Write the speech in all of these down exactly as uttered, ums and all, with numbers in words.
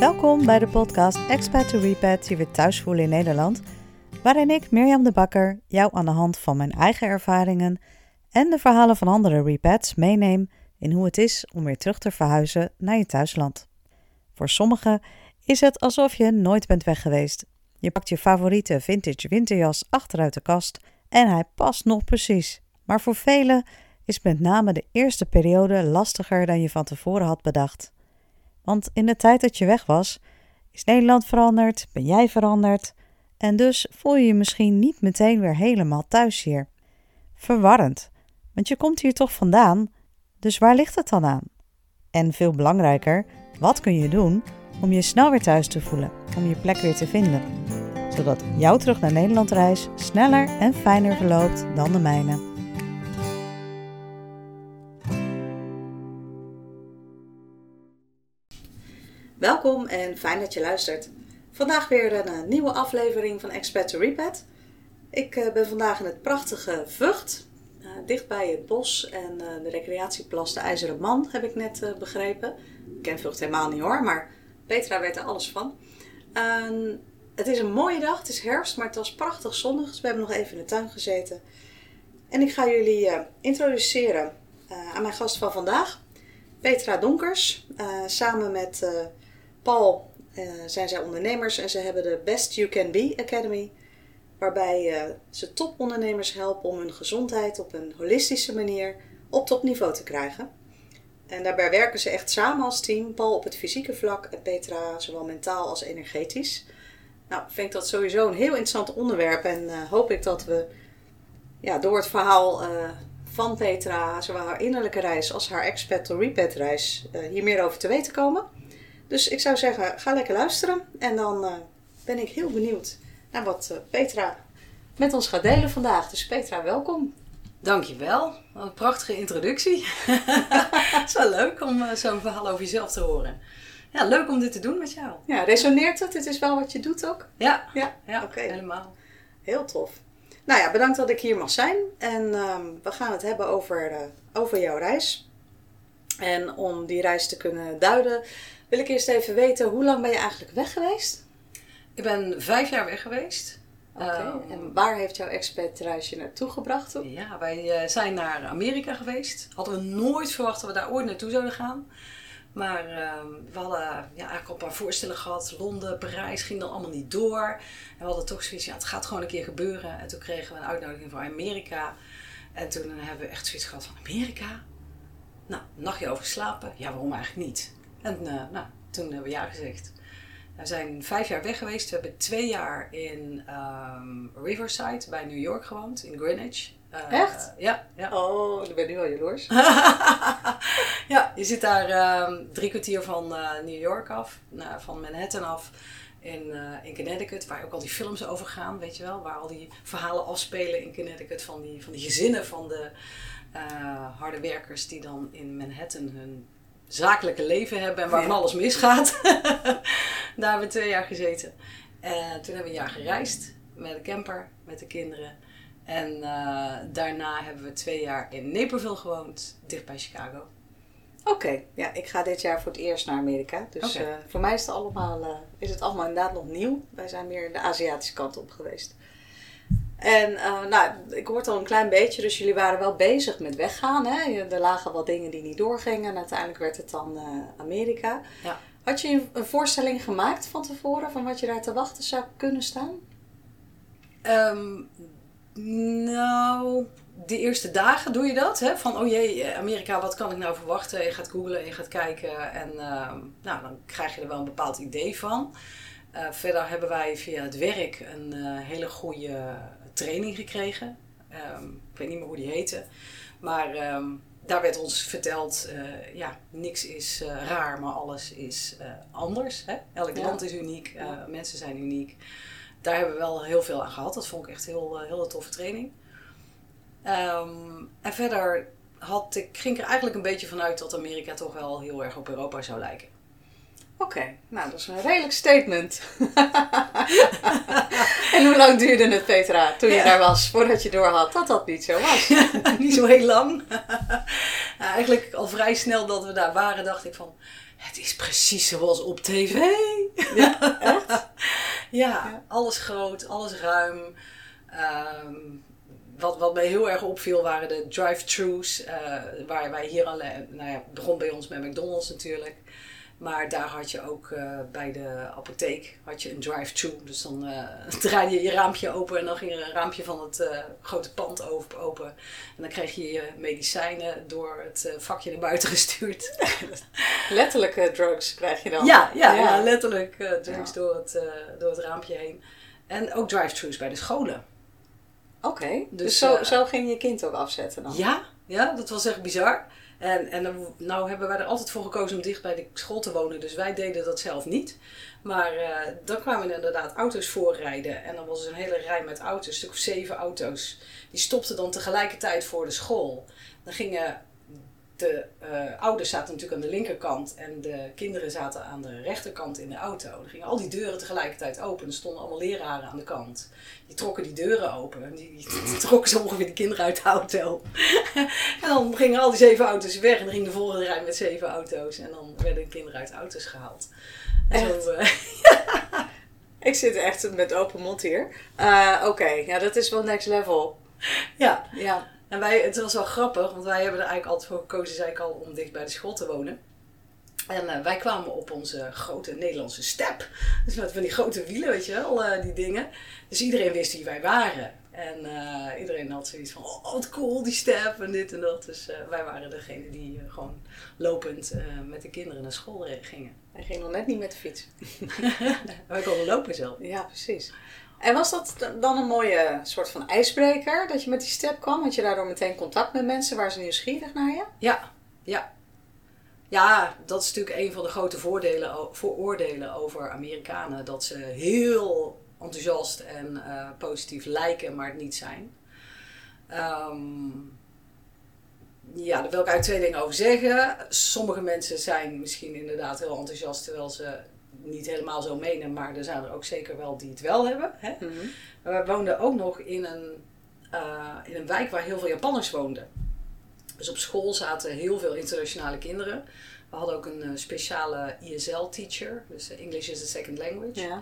Welkom bij de podcast Expat to Repat, je weer thuis voelen in Nederland, waarin ik, Mirjam de Bakker, jou aan de hand van mijn eigen ervaringen en de verhalen van andere repats meeneem in hoe het is om weer terug te verhuizen naar je thuisland. Voor sommigen is het alsof je nooit bent weg geweest. Je pakt je favoriete vintage winterjas achteruit de kast en hij past nog precies. Maar voor velen is met name de eerste periode lastiger dan je van tevoren had bedacht. Want in de tijd dat je weg was, is Nederland veranderd, ben jij veranderd en dus voel je je misschien niet meteen weer helemaal thuis hier. Verwarrend, want je komt hier toch vandaan, dus waar ligt het dan aan? En veel belangrijker, wat kun je doen om je snel weer thuis te voelen, om je plek weer te vinden, zodat jouw terug naar Nederland reis sneller en fijner verloopt dan de mijne. Welkom en fijn dat je luistert. Vandaag weer een, een nieuwe aflevering van Expat to Repat. Ik uh, ben vandaag in het prachtige Vught, uh, dicht bij het bos en uh, de recreatieplas de IJzeren Man, heb ik net uh, begrepen. Ik ken Vught helemaal niet hoor, maar Petra weet er alles van. Uh, het is een mooie dag, het is herfst, maar het was prachtig zonnig, dus we hebben nog even in de tuin gezeten. En ik ga jullie uh, introduceren uh, aan mijn gast van vandaag, Petra Donkers. Uh, samen met uh, Paul uh, zijn zij ondernemers en ze hebben de Best You Can Be Academy, waarbij uh, ze topondernemers helpen om hun gezondheid op een holistische manier op topniveau te krijgen. En daarbij werken ze echt samen als team, Paul op het fysieke vlak en Petra zowel mentaal als energetisch. Nou, vind ik dat sowieso een heel interessant onderwerp en uh, hoop ik dat we ja, door het verhaal uh, van Petra, zowel haar innerlijke reis als haar Expat to Repat reis, uh, hier meer over te weten komen. Dus ik zou zeggen, ga lekker luisteren en dan uh, ben ik heel benieuwd naar wat uh, Petra met ons gaat delen vandaag. Dus Petra, welkom. Dankjewel. Wat een prachtige introductie. Het is wel leuk om uh, zo'n verhaal over jezelf te horen. Ja, leuk om dit te doen met jou. Ja, resoneert het? Het is wel wat je doet ook? Ja, ja? ja okay. Helemaal. Heel tof. Nou ja, bedankt dat ik hier mag zijn. En um, we gaan het hebben over, uh, over jouw reis. En om die reis te kunnen duiden, wil ik eerst even weten, hoe lang ben je eigenlijk weg geweest? Ik ben vijf jaar weg geweest. Oké, okay. um, en waar heeft jouw expat-reis je naartoe gebracht toen? Ja, wij uh, zijn naar Amerika geweest. Hadden we nooit verwacht dat we daar ooit naartoe zouden gaan. Maar uh, we hadden ja, eigenlijk al een paar voorstellen gehad. Londen, Parijs, ging dan allemaal niet door. En we hadden toch zoiets, ja, het gaat gewoon een keer gebeuren. En toen kregen we een uitnodiging voor Amerika. En toen hebben we echt zoiets gehad van Amerika? Nou, een nachtje over geslapen. Ja, waarom eigenlijk niet? En uh, nou, toen hebben we ja gezegd. We zijn vijf jaar weg geweest. We hebben twee jaar in um, Riverside bij New York gewoond, in Greenwich. Uh, Echt? Ja, ja. Oh, ik ben nu al jaloers. Ja, je zit daar um, drie kwartier van uh, New York af, uh, van Manhattan af, in, uh, in Connecticut, waar ook al die films over gaan, weet je wel. Waar al die verhalen afspelen in Connecticut van die, van die gezinnen van de uh, harde werkers die dan in Manhattan hun zakelijke leven hebben en waar van alles misgaat. Daar hebben we twee jaar gezeten. En toen hebben we een jaar gereisd met de camper, met de kinderen. En uh, daarna hebben we twee jaar in Naperville gewoond, dicht bij Chicago. Oké, okay. Ja, ik ga dit jaar voor het eerst naar Amerika. Dus okay. uh, voor mij is het, allemaal, uh, is het allemaal inderdaad nog nieuw. Wij zijn meer de Aziatische kant op geweest. En uh, nou, ik hoor het al een klein beetje, dus jullie waren wel bezig met weggaan. Hè? Er lagen wat dingen die niet doorgingen en uiteindelijk werd het dan uh, Amerika. Ja. Had je een voorstelling gemaakt van tevoren van wat je daar te wachten zou kunnen staan? Um, nou, de eerste dagen doe je dat. Hè? Van, oh jee, Amerika, wat kan ik nou verwachten? Je gaat googlen, je gaat kijken en uh, nou, dan krijg je er wel een bepaald idee van. Uh, verder hebben wij via het werk een uh, hele goede training gekregen. Um, ik weet niet meer hoe die heette. Maar um, daar werd ons verteld, uh, ja, niks is uh, raar, maar alles is uh, anders. Hè? Elk ja. land is uniek, uh, ja. mensen zijn uniek. Daar hebben we wel heel veel aan gehad. Dat vond ik echt heel, uh, heel een toffe training. Um, en verder had ik, ging ik er eigenlijk een beetje vanuit dat Amerika toch wel heel erg op Europa zou lijken. Oké, okay, nou dat is een redelijk statement. En hoe lang duurde het, Petra, toen je ja. daar was, voordat je doorhad dat dat niet zo was? Niet zo heel lang. Nou, eigenlijk al vrij snel dat we daar waren, dacht ik van, Het is precies zoals op tv. Ja, echt? ja, Ja. alles groot, alles ruim. Um, wat, wat mij heel erg opviel waren de drive-thrus. Uh, waar wij hier alleen, nou ja, het begon bij ons met McDonald's natuurlijk. Maar daar had je ook uh, bij de apotheek had je een drive-thru. Dus dan uh, draaide je je raampje open en dan ging er een raampje van het uh, grote pand open. En dan kreeg je je medicijnen door het uh, vakje naar buiten gestuurd. Letterlijke drugs krijg je dan? Ja, ja, ja. ja ja letterlijk uh, drugs ja. door, het, uh, door het raampje heen. En ook drive-thrus bij de scholen. Oké, okay. dus, dus uh, zo, zo ging je kind ook afzetten dan? Ja, ja, dat was echt bizar. En, en dan, nou hebben wij er altijd voor gekozen om dicht bij de school te wonen. Dus wij deden dat zelf niet. Maar uh, dan kwamen er inderdaad auto's voorrijden. En dan was er een hele rij met auto's, een stuk of zeven auto's. Die stopten dan tegelijkertijd voor de school. Dan gingen de uh, ouders zaten natuurlijk aan de linkerkant. En de kinderen zaten aan de rechterkant in de auto. Dan gingen al die deuren tegelijkertijd open. Er stonden allemaal leraren aan de kant. Die trokken die deuren open. En die, die, die trokken zo ongeveer de kinderen uit de auto. En dan gingen al die zeven auto's weg. En dan ging de volgende rij met zeven auto's. En dan werden de kinderen uit de auto's gehaald. En zo, uh, ja. Ik zit echt met open mond hier. Uh, Oké, okay. Ja, dat is wel next level. Ja, ja. En wij, het was wel grappig, want wij hebben er eigenlijk altijd voor gekozen, zei ik al, om dicht bij de school te wonen. En uh, wij kwamen op onze grote Nederlandse step. Dus met van die grote wielen, weet je wel, uh, die dingen. Dus iedereen wist wie wij waren. En uh, iedereen had zoiets van, oh wat cool, die step en dit en dat. Dus uh, wij waren degene die uh, gewoon lopend uh, met de kinderen naar school gingen. Hij ging nog net niet met de fiets. Wij konden lopen zelf. Ja, precies. En was dat dan een mooie soort van ijsbreker, dat je met die step kwam? Had je daardoor meteen contact met mensen? Waren ze nieuwsgierig naar je? Ja, ja. Ja, dat is natuurlijk een van de grote voordelen, vooroordelen over Amerikanen. Dat ze heel enthousiast en uh, positief lijken, maar het niet zijn. Um, ja, daar wil ik eigenlijk twee dingen over zeggen. Sommige mensen zijn misschien inderdaad heel enthousiast, terwijl ze niet helemaal zo menen, maar er zijn er ook zeker wel die het wel hebben. Hè? Mm-hmm. Maar we woonden ook nog in een, uh, in een wijk waar heel veel Japanners woonden. Dus op school zaten heel veel internationale kinderen. We hadden ook een uh, speciale I S L-teacher, dus uh, English is a Second Language. Ja.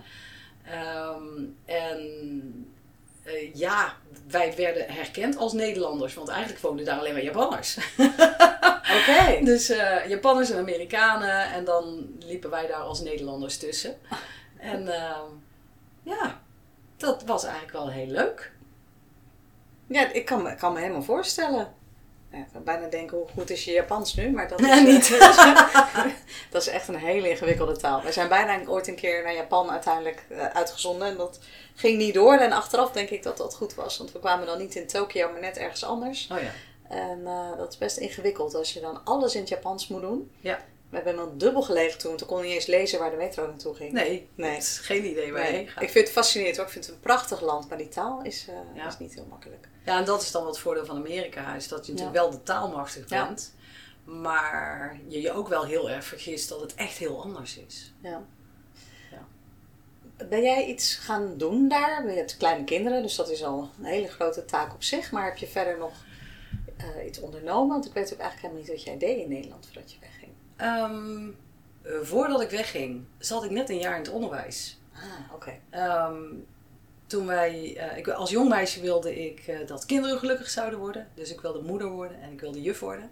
Um, en uh, ja, wij werden herkend als Nederlanders, want eigenlijk woonden daar alleen maar Japanners. Oké. Okay. Dus uh, Japanners en Amerikanen en dan liepen wij daar als Nederlanders tussen. En uh, ja, dat was eigenlijk wel heel leuk. Ja, ik kan me, kan me helemaal voorstellen. Ja, ik kan bijna denken, hoe goed is je Japans nu? Maar dat nee, is, niet. Uh, dat is echt een hele ingewikkelde taal. We zijn bijna ooit een keer naar Japan uiteindelijk uh, uitgezonden. En dat ging niet door. En achteraf denk ik dat dat goed was. Want we kwamen dan niet in Tokio, maar net ergens anders. Oh ja. En uh, dat is best ingewikkeld als je dan alles in het Japans moet doen. Ja. We hebben dan dubbel gelegen toen. Toen kon je niet eens lezen waar de metro naartoe ging. Nee, nee. geen idee waar nee. je heen gaat. Ik vind het fascinerend hoor. Ik vind het een prachtig land. Maar die taal is, uh, ja. is niet heel makkelijk. Ja, en dat is dan wat het voordeel van Amerika. Is dat je natuurlijk ja. wel de taalmachtig bent. Ja. Maar je je ook wel heel erg vergist dat het echt heel anders is. Ja. ja. Ben jij iets gaan doen daar? Je hebt kleine kinderen. Dus dat is al een hele grote taak op zich. Maar heb je verder nog uh, iets ondernomen? Want ik weet ook eigenlijk helemaal niet wat jij deed in Nederland voordat je wegging. Um, uh, voordat ik wegging, zat ik net een jaar in het onderwijs. Ah, oké. Okay. Um, toen wij, uh, ik, als jong meisje wilde ik uh, dat kinderen gelukkig zouden worden. Dus ik wilde moeder worden en ik wilde juf worden.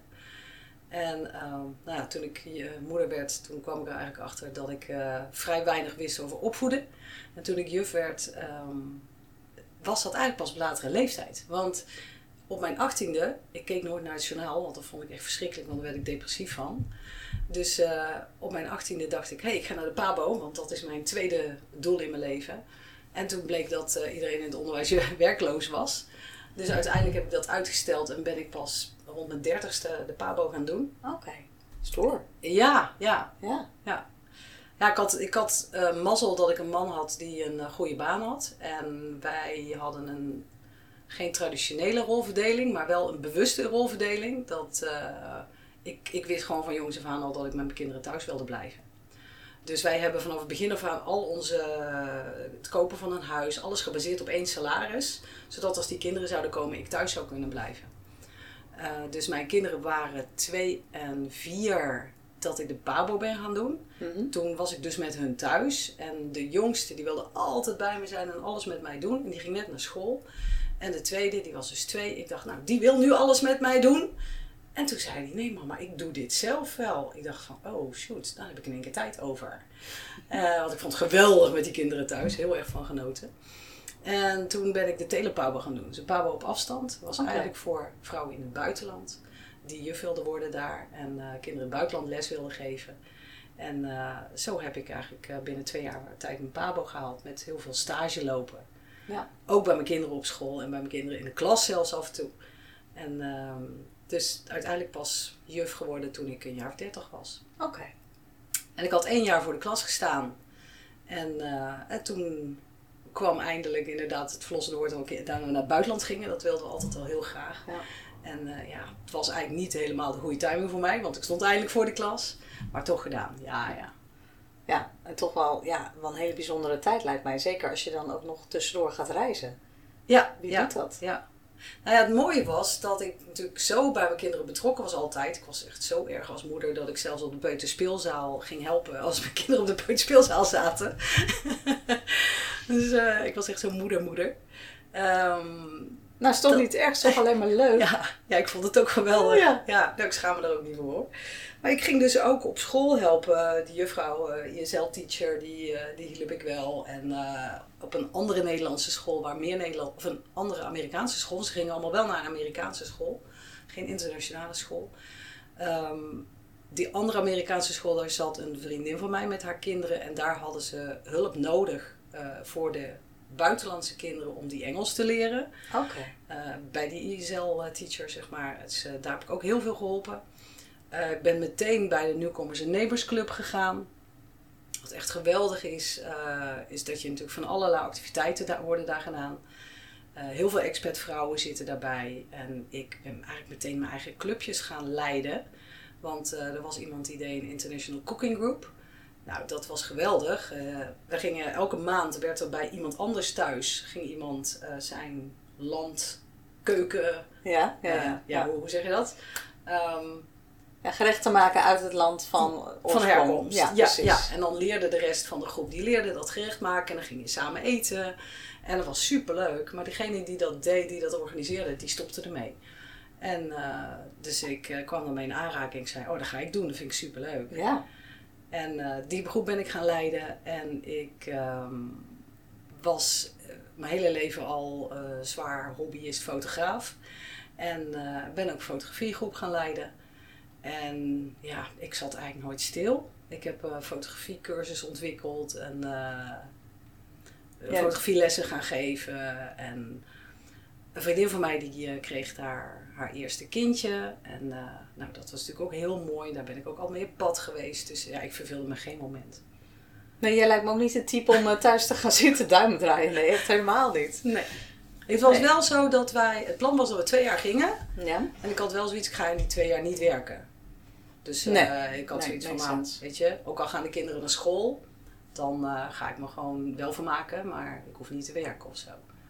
En um, nou ja, toen ik uh, moeder werd, toen kwam ik er eigenlijk achter dat ik uh, vrij weinig wist over opvoeden. En toen ik juf werd, um, was dat eigenlijk pas op latere leeftijd. Want op mijn achttiende, ik keek nooit naar het journaal, want dat vond ik echt verschrikkelijk, want daar werd ik depressief van. Dus uh, op mijn achttiende dacht ik, hé, hey, ik ga naar de PABO, want dat is mijn tweede doel in mijn leven. En toen bleek dat uh, iedereen in het onderwijs werkloos was. Dus uiteindelijk heb ik dat uitgesteld en ben ik pas rond mijn dertigste de PABO gaan doen. Oké, okay. Stoer. Ja, ja. Ja. Ja, ja ik had, ik had uh, mazzel dat ik een man had die een uh, goede baan had. En wij hadden een, geen traditionele rolverdeling, maar wel een bewuste rolverdeling. Dat, uh, ik, ik wist gewoon van jongs af aan al dat ik met mijn kinderen thuis wilde blijven. Dus wij hebben vanaf het begin af aan al onze, het kopen van een huis, alles gebaseerd op één salaris. Zodat als die kinderen zouden komen, ik thuis zou kunnen blijven. Uh, dus mijn kinderen waren twee en vier dat ik de pabo ben gaan doen. Mm-hmm. Toen was ik dus met hun thuis. En de jongste die wilde altijd bij me zijn en alles met mij doen. En die ging net naar school. En de tweede, die was dus twee. Ik dacht, nou, die wil nu alles met mij doen. En toen zei hij, nee mama, ik doe dit zelf wel. Ik dacht van, oh shoot, daar heb ik in één keer tijd over. Uh, want ik vond het geweldig met die kinderen thuis. Heel erg van genoten. En toen ben ik de telepabo gaan doen. Dus een pabo op afstand. Dat was okay. eigenlijk voor vrouwen in het buitenland. Die juf wilden worden daar. En uh, kinderen in het buitenland les wilden geven. En uh, zo heb ik eigenlijk uh, binnen twee jaar tijd mijn pabo gehaald. Met heel veel stage lopen. Ja. Ook bij mijn kinderen op school. En bij mijn kinderen in de klas zelfs af en toe. En uh, dus uiteindelijk pas juf geworden toen ik een jaar of dertig was. Oké. Okay. En ik had één jaar voor de klas gestaan. En, uh, en toen kwam eindelijk inderdaad het verlossende woord dat we naar het buitenland gingen. Dat wilden we altijd al heel graag. Ja. En uh, ja, het was eigenlijk niet helemaal de goede timing voor mij. Want ik stond eindelijk voor de klas. Maar toch gedaan. Ja, ja. Ja, en toch wel, ja, wel een hele bijzondere tijd lijkt mij. Zeker als je dan ook nog tussendoor gaat reizen. Ja. Wie ja, doet dat? Ja. Nou ja, het mooie was dat ik natuurlijk zo bij mijn kinderen betrokken was altijd. Ik was echt zo erg als moeder dat ik zelfs op de peuterspeelzaal ging helpen als mijn kinderen op de peuterspeelzaal zaten. Dus uh, ik was echt zo'n moeder-moeder. Um, nou, is toch dat... niet erg, toch alleen maar leuk? Ja, ja, ik vond het ook geweldig. Ja. Ja, nou, ik schaam me er ook niet voor hoor. Maar ik ging dus ook op school helpen. Die juffrouw, uh, E S L-teacher, die, uh, die hielp ik wel. En uh, op een andere Nederlandse school, waar meer Nederland, of een andere Amerikaanse school. Ze gingen allemaal wel naar een Amerikaanse school. Geen internationale school. Um, die andere Amerikaanse school, daar zat een vriendin van mij met haar kinderen. En daar hadden ze hulp nodig uh, voor de buitenlandse kinderen om die Engels te leren. Oké. Okay. Uh, bij die E S L-teacher, zeg maar. Dus, uh, daar heb ik ook heel veel geholpen. Uh, ik ben meteen bij de Newcomers and Neighbors Club gegaan. Wat echt geweldig is, uh, is dat je natuurlijk van allerlei activiteiten daar, worden daar gedaan. Uh, heel veel expatvrouwen zitten daarbij. En ik ben eigenlijk meteen mijn eigen clubjes gaan leiden. Want uh, er was iemand die deed een International Cooking Group. Nou, dat was geweldig. Uh, we gingen elke maand, werd er bij iemand anders thuis, ging iemand uh, zijn land, keuken, ja, ja, uh, ja, ja, ja. Hoe, hoe zeg je dat? Um, Ja, gerechten maken uit het land van Van herkomst. Ja, ja, ja, en dan leerde de rest van de groep, die leerde dat gerecht maken en dan ging je samen eten. En dat was superleuk. Maar degene die dat deed, die dat organiseerde, die stopte ermee. En uh, dus ik uh, kwam ermee in aanraking en zei, oh dat ga ik doen, dat vind ik superleuk. Ja. En uh, die groep ben ik gaan leiden en ik um, was uh, mijn hele leven al uh, zwaar hobbyist fotograaf. En uh, ben ook een fotografiegroep gaan leiden. En ja, ik zat eigenlijk nooit stil. Ik heb uh, fotografiecursus ontwikkeld en uh, ja. fotografielessen gaan geven. En een vriendin van mij die uh, kreeg daar haar eerste kindje. En uh, nou, dat was natuurlijk ook heel mooi. Daar ben ik ook al mee op pad geweest. Dus ja, ik verveelde me geen moment. Nee, jij lijkt me ook niet het type om uh, thuis te gaan zitten duimen draaien. Nee, echt helemaal niet. Nee. Het was nee. wel zo dat wij... Het plan was dat we twee jaar gingen. Ja. En ik had wel zoiets, ik ga in die twee jaar niet werken. Dus uh, nee. ik had nee, zoiets van, nou, weet je, ook al gaan de kinderen naar school, dan uh, ga ik me gewoon wel vermaken, maar ik hoef niet te werken of zo.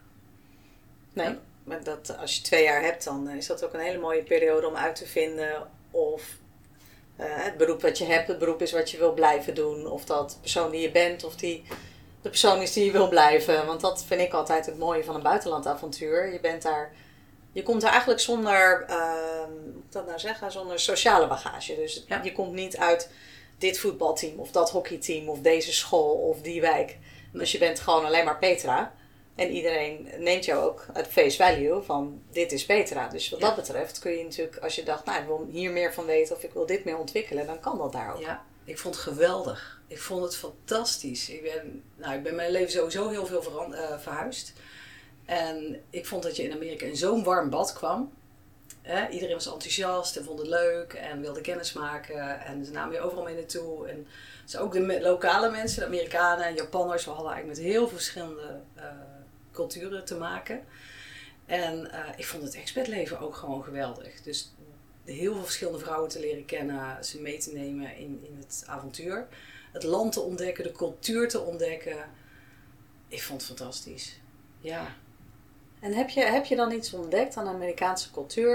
Nee, ja. Maar dat, als je twee jaar hebt, dan is dat ook een hele mooie periode om uit te vinden of uh, het beroep wat je hebt, het beroep is wat je wil blijven doen. Of dat de persoon die je bent, of die de persoon is die je wil blijven. Want dat vind ik altijd het mooie van een buitenlandavontuur. Je bent daar... Je komt er eigenlijk zonder, uh, moet ik dat nou zeggen, zonder sociale bagage. Dus ja. Je komt niet uit dit voetbalteam of dat hockeyteam of deze school of die wijk. Dus je bent gewoon alleen maar Petra. En iedereen neemt jou ook het face value van dit is Petra. Dus wat ja. dat betreft kun je natuurlijk, als je dacht, nou ik wil hier meer van weten of ik wil dit meer ontwikkelen, dan kan dat daar ook. Ja, ik vond het geweldig. Ik vond het fantastisch. Ik ben, nou, ik ben mijn leven sowieso heel veel verand- uh, verhuisd. En ik vond dat je in Amerika in zo'n warm bad kwam. Eh, iedereen was enthousiast en vond het leuk en wilde kennis maken. En ze namen je overal mee naartoe. En dus ook de me- lokale mensen, de Amerikanen, Japanners. We hadden eigenlijk met heel veel verschillende uh, culturen te maken. En uh, ik vond het expertleven ook gewoon geweldig. Dus heel veel verschillende vrouwen te leren kennen. Ze mee te nemen in, in het avontuur. Het land te ontdekken, de cultuur te ontdekken. Ik vond het fantastisch. Ja. En heb je, heb je dan iets ontdekt aan de Amerikaanse cultuur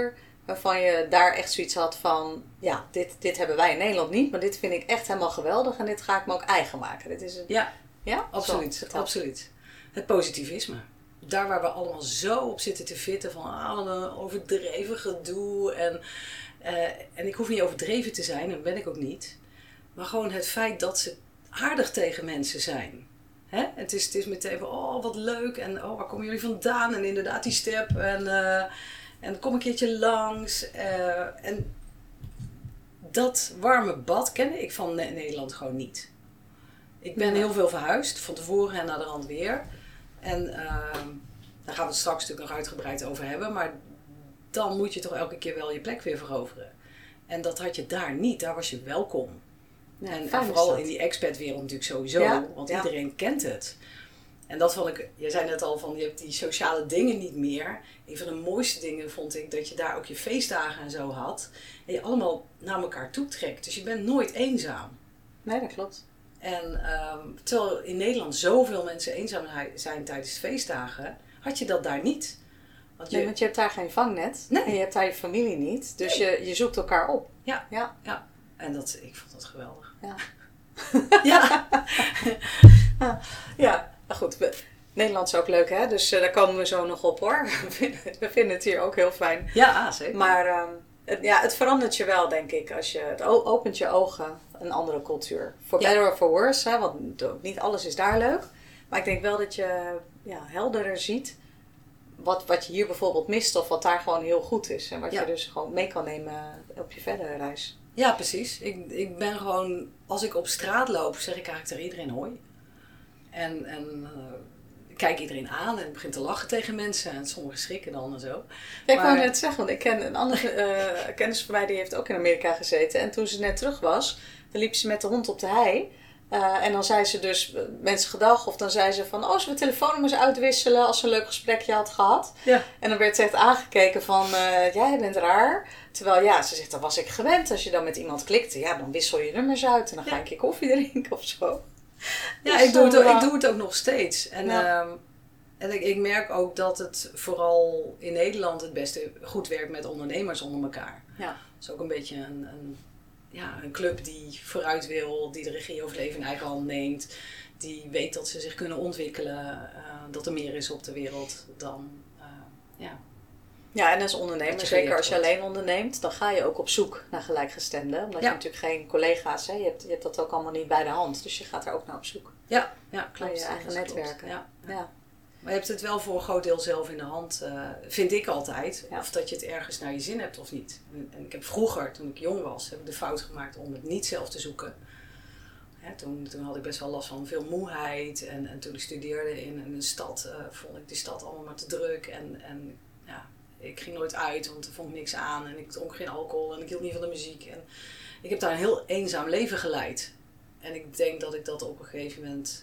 waarvan je daar echt zoiets had van, ja, dit, dit hebben wij in Nederland niet, maar dit vind ik echt helemaal geweldig en dit ga ik me ook eigen maken. Dit is een... Ja, ja? absoluut. Zo, absoluut. Het positivisme. Daar waar we allemaal zo op zitten te vitten van ah, een overdreven gedoe. En, uh, en ik hoef niet overdreven te zijn, dat ben ik ook niet. Maar gewoon het feit dat ze aardig tegen mensen zijn. Hè? Het, is, het is meteen van, oh wat leuk en oh, waar komen jullie vandaan? En inderdaad die step en, uh, en kom een keertje langs. Uh, en dat warme bad kende ik van Nederland gewoon niet. Ik ben heel veel verhuisd, van tevoren en naar de rand weer. En uh, daar gaan we het straks natuurlijk nog uitgebreid over hebben. Maar dan moet je toch elke keer wel je plek weer veroveren. En dat had je daar niet, daar was je welkom. Ja, en, en vooral in die expat-wereld natuurlijk sowieso, ja, want ja. iedereen kent het. En dat vond ik, jij zei net al van, je hebt die sociale dingen niet meer. Een van de mooiste dingen vond ik dat je daar ook je feestdagen en zo had. En je allemaal naar elkaar toe trekt. Dus je bent nooit eenzaam. Nee, dat klopt. En um, terwijl in Nederland zoveel mensen eenzaam zijn tijdens feestdagen, had je dat daar niet. Want je, nee, want je hebt daar geen vangnet. Nee. En je hebt daar je familie niet. Dus nee. je, je zoekt elkaar op. Ja, ja. ja. En dat, ik vond dat geweldig. Ja. ja. ja, goed. We, Nederland is ook leuk, hè? Dus uh, daar komen we zo nog op, hoor. We vinden, we vinden het hier ook heel fijn. Ja, zeker. Maar um, het, ja, het verandert je wel, denk ik. Als je, het opent je ogen een andere cultuur. For ja. better or for worse, hè? Want niet alles is daar leuk. Maar ik denk wel dat je ja, helderder ziet wat, wat je hier bijvoorbeeld mist of wat daar gewoon heel goed is. En wat ja. je dus gewoon mee kan nemen op je verdere reis. Ja, precies. Ik, ik ben gewoon, als ik op straat loop, zeg ik eigenlijk tegen iedereen hoi. En, en uh, ik kijk iedereen aan en begin te lachen tegen mensen. En sommigen schrikken dan en zo. Ja, ik wou net zeggen, want ik ken een andere uh, kennis van mij, die heeft ook in Amerika gezeten. En toen ze net terug was, dan liep ze met de hond op de hei. Uh, en dan zei ze dus uh, mensen gedag. Of dan zei ze van, oh, zullen we telefoonnummers uitwisselen als ze een leuk gesprekje had gehad. Ja. En dan werd ze echt aangekeken van, uh, jij bent raar. Terwijl ja, ze zegt, dat was ik gewend. Als je dan met iemand klikte, ja, dan wissel je nummers uit. En dan ga ik je koffie drinken of zo. Ja, dus ik, doe het ook, ik doe het ook nog steeds. En, ja. um, en ik, ik merk ook dat het vooral in Nederland het beste goed werkt met ondernemers onder elkaar. Ja. Dat is ook een beetje een... een Ja, een club die vooruit wil, die de regie over leven in eigen hand neemt. Die weet dat ze zich kunnen ontwikkelen. Uh, dat er meer is op de wereld dan, uh, ja. Ja, en als ondernemer, zeker als je wordt. alleen onderneemt, dan ga je ook op zoek naar gelijkgestemden. Omdat ja. je natuurlijk geen collega's hebt. Je hebt, je hebt dat ook allemaal niet bij de hand. Dus je gaat er ook naar op zoek. Ja, ja klopt. Naar je eigen netwerken. Ja, ja. Ja. Maar je hebt het wel voor een groot deel zelf in de hand, uh, vind ik altijd. Ja. Of dat je het ergens naar je zin hebt of niet. En, en ik heb vroeger, toen ik jong was, heb ik de fout gemaakt om het niet zelf te zoeken. Ja, toen, toen had ik best wel last van veel moeheid. En, en toen ik studeerde in, in een stad, uh, vond ik die stad allemaal maar te druk. En, en ja, ik ging nooit uit, want er vond ik niks aan. En ik dronk geen alcohol en ik hield niet van de muziek. En ik heb daar een heel eenzaam leven geleid. En ik denk dat ik dat op een gegeven moment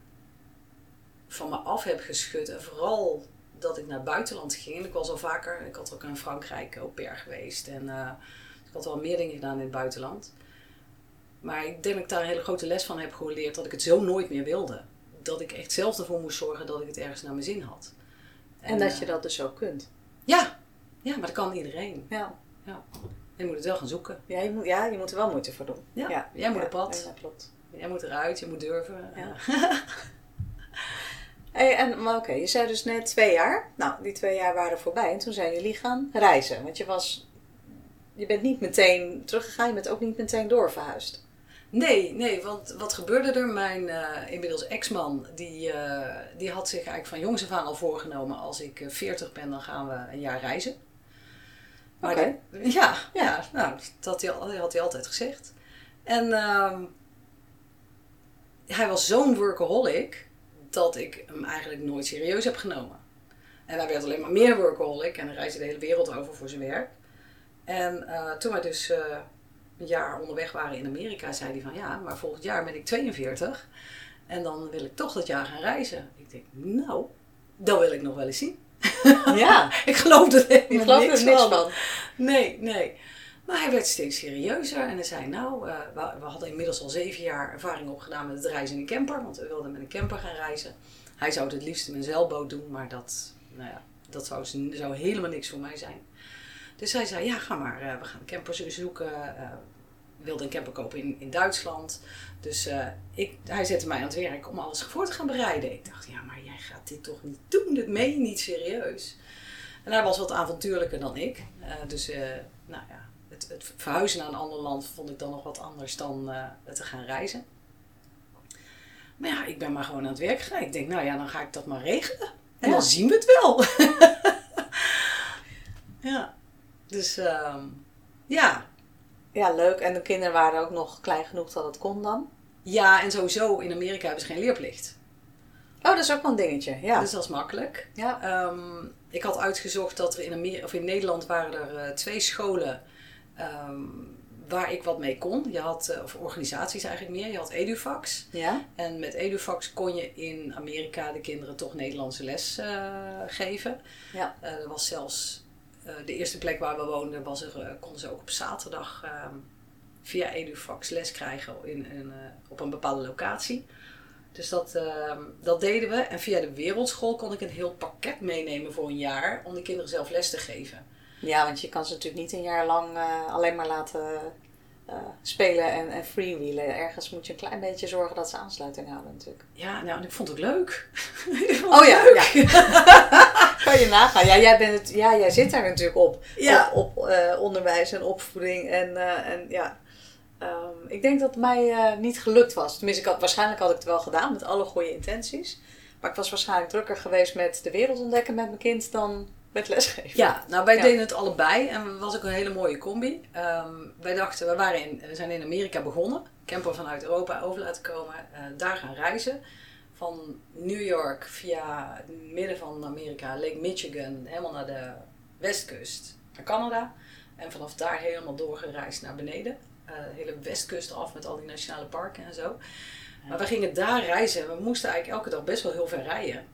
van me af heb geschud. En vooral dat ik naar het buitenland ging. En ik was al vaker, ik had ook in Frankrijk au pair geweest. En uh, ik had wel meer dingen gedaan in het buitenland. Maar ik denk dat ik daar een hele grote les van heb geleerd. Dat ik het zo nooit meer wilde. Dat ik echt zelf ervoor moest zorgen dat ik het ergens naar mijn zin had. En, en dat uh, je dat dus ook kunt. Ja, ja, maar dat kan iedereen. Ja. Ja. Je moet het wel gaan zoeken. Ja, je moet, ja, je moet er wel moeite voor doen. Ja, ja. Jij moet ja. op pad. Ja, dat klopt. Jij moet eruit, je moet durven. Ja. Hey, en, maar oké, okay, je zei dus net twee jaar. Nou, die twee jaar waren voorbij. En toen zijn jullie gaan reizen. Want je was... Je bent niet meteen teruggegaan. Je bent ook niet meteen doorverhuisd. Nee, nee. Want wat gebeurde er? Mijn uh, inmiddels ex-man, die, uh, die had zich eigenlijk van jongs af aan al voorgenomen. Als ik uh, veertig ben, dan gaan we een jaar reizen. Oké. Okay. Ja, ja, nou, dat had hij, had hij altijd gezegd. En uh, hij was zo'n workaholic dat ik hem eigenlijk nooit serieus heb genomen. En hij werd alleen maar meer workaholic en hij reisde de hele wereld over voor zijn werk. En uh, toen wij dus uh, een jaar onderweg waren in Amerika, zei hij van ja, maar volgend jaar ben ik tweeënveertig en dan wil ik toch dat jaar gaan reizen. Ik denk, nou, dat wil ik nog wel eens zien. Ja. Ik geloofde er helemaal Je geloofde niks, er niks van. van. Nee, nee. Maar hij werd steeds serieuzer en hij zei nou, uh, we, we hadden inmiddels al zeven jaar ervaring opgedaan met het reizen in een camper, want we wilden met een camper gaan reizen. Hij zou het het liefst in een zeilboot doen, maar dat, nou ja, dat zou, zou helemaal niks voor mij zijn. Dus hij zei, ja ga maar, uh, we gaan een camper zoeken. Uh, we wilden een camper kopen in, in Duitsland. Dus uh, ik, hij zette mij aan het werk om alles voor te gaan bereiden. Ik dacht, ja maar jij gaat dit toch niet doen, dit meen je niet serieus. En hij was wat avontuurlijker dan ik. Uh, dus uh, nou ja, het, het verhuizen naar een ander land vond ik dan nog wat anders dan uh, te gaan reizen. Maar ja, ik ben maar gewoon aan het werk gegaan. Ik denk, nou ja, dan ga ik dat maar regelen. En ja. dan zien we het wel. ja, dus um, ja. Ja, leuk. En de kinderen waren ook nog klein genoeg dat het kon dan? Ja, en sowieso in Amerika hebben ze geen leerplicht. Oh, dat is ook wel een dingetje, ja. Dus dat is makkelijk. Ja. Um, ik had uitgezocht dat er in, Amer- of in Nederland waren er uh, twee scholen um, waar ik wat mee kon. Je had, uh, of organisaties eigenlijk meer. Je had EduFax. Ja. En met EduFax kon je in Amerika de kinderen toch Nederlandse les uh, geven. Ja. Uh, er was zelfs uh, de eerste plek waar we woonden, was er, uh, konden ze ook op zaterdag uh, via EduFax les krijgen in, in, uh, op een bepaalde locatie. Dus dat, uh, dat deden we. En via de wereldschool kon ik een heel pakket meenemen voor een jaar om de kinderen zelf les te geven. Ja, want je kan ze natuurlijk niet een jaar lang uh, alleen maar laten uh, spelen en, en freewheelen. Ergens moet je een klein beetje zorgen dat ze aansluiting houden natuurlijk. Ja, nou, en ik vond het ook leuk. oh het ja, leuk. ja. Kan je nagaan. Ja, jij, bent het, ja, jij zit daar natuurlijk op. Ja. Op, op uh, onderwijs en opvoeding. En, uh, en ja... Um, ik denk dat het mij uh, niet gelukt was. Tenminste, ik had, waarschijnlijk had ik het wel gedaan met alle goede intenties. Maar ik was waarschijnlijk drukker geweest met de wereld ontdekken met mijn kind dan met lesgeven. Ja, nou wij ja. deden het allebei en het was ook een hele mooie combi. Um, wij dachten, we, waren in, we zijn in Amerika begonnen. Camper vanuit Europa over laten komen. Uh, daar gaan reizen. Van New York via het midden van Amerika, Lake Michigan, helemaal naar de westkust, naar Canada. En vanaf daar helemaal doorgereisd naar beneden. Uh, de hele westkust af met al die nationale parken en zo. Ja. Maar we gingen daar reizen en we moesten eigenlijk elke dag best wel heel ver rijden.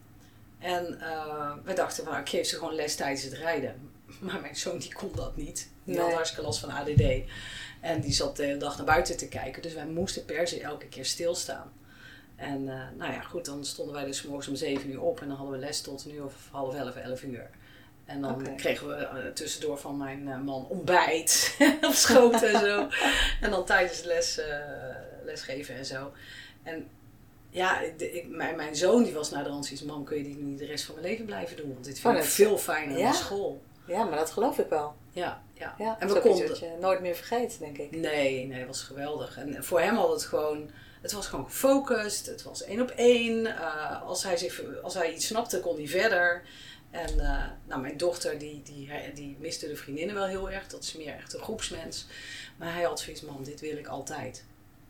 En uh, we dachten van, ik geef ze gewoon les tijdens het rijden. Maar mijn zoon die kon dat niet. Die nee. had hartstikke last van A D D. En die zat de hele dag naar buiten te kijken. Dus wij moesten per se elke keer stilstaan. En uh, nou ja, goed, dan stonden wij dus 's morgens om zeven uur op. En dan hadden we les tot een uur of half elf, elf uur. En dan okay. kregen we uh, tussendoor van mijn uh, man ontbijt op schoot en zo. En dan tijdens les, uh, lesgeven en zo. En ja, de, ik, mijn, mijn zoon die was naar de rand zoiets, mam, kun je dit niet de rest van mijn leven blijven doen? Want dit vind oh, ik veel fijner ja? dan school. Ja, maar dat geloof ik wel. Ja, ja. ja en we konden het je nooit meer vergeet, denk ik. Nee, nee, het was geweldig. En voor hem had het gewoon, het was gewoon gefocust. Het was één op één. Uh, als, hij zich, als hij iets snapte, kon hij verder. En uh, nou, mijn dochter die, die, die miste de vriendinnen wel heel erg. Dat is meer echt een groepsmens. Maar hij had zoiets, mam, dit wil ik altijd.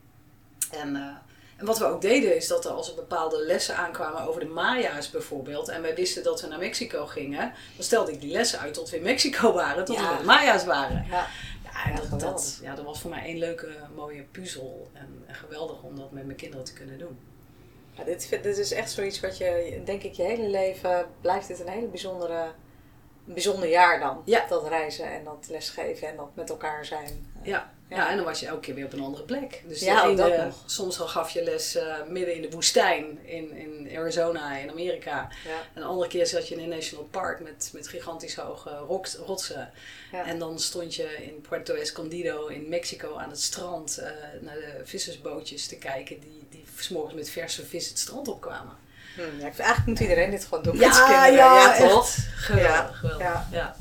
En, uh, en wat we ook deden is dat er als er bepaalde lessen aankwamen over de Maya's bijvoorbeeld. En wij wisten dat we naar Mexico gingen. Dan stelde ik die lessen uit tot we in Mexico waren. Tot ja. we met de Maya's waren. Ja. Ja, en dat, dat, ja, dat was voor mij één leuke mooie puzzel. En, en geweldig om dat met mijn kinderen te kunnen doen. Ja, dit, dit is echt zoiets wat je, denk ik, je hele leven blijft dit een hele bijzondere, een bijzonder jaar dan. Ja. Dat reizen en dat lesgeven en dat met elkaar zijn. Ja. Ja. ja, en dan was je elke keer weer op een andere plek. Dus ja, ene, dat nog. Soms al gaf je les uh, midden in de woestijn in, in Arizona in Amerika. Ja. En een andere keer zat je in een national park met, met gigantisch hoge roks, rotsen. Ja. En dan stond je in Puerto Escondido in Mexico aan het strand uh, naar de vissersbootjes te kijken die, die 's morgens met verse vis het strand opkwamen. Hmm, ja, eigenlijk moet iedereen dit gewoon doen ja, met zijn kinderen. Ja, ja, toch? Geweldig, ja. geweldig. Ja.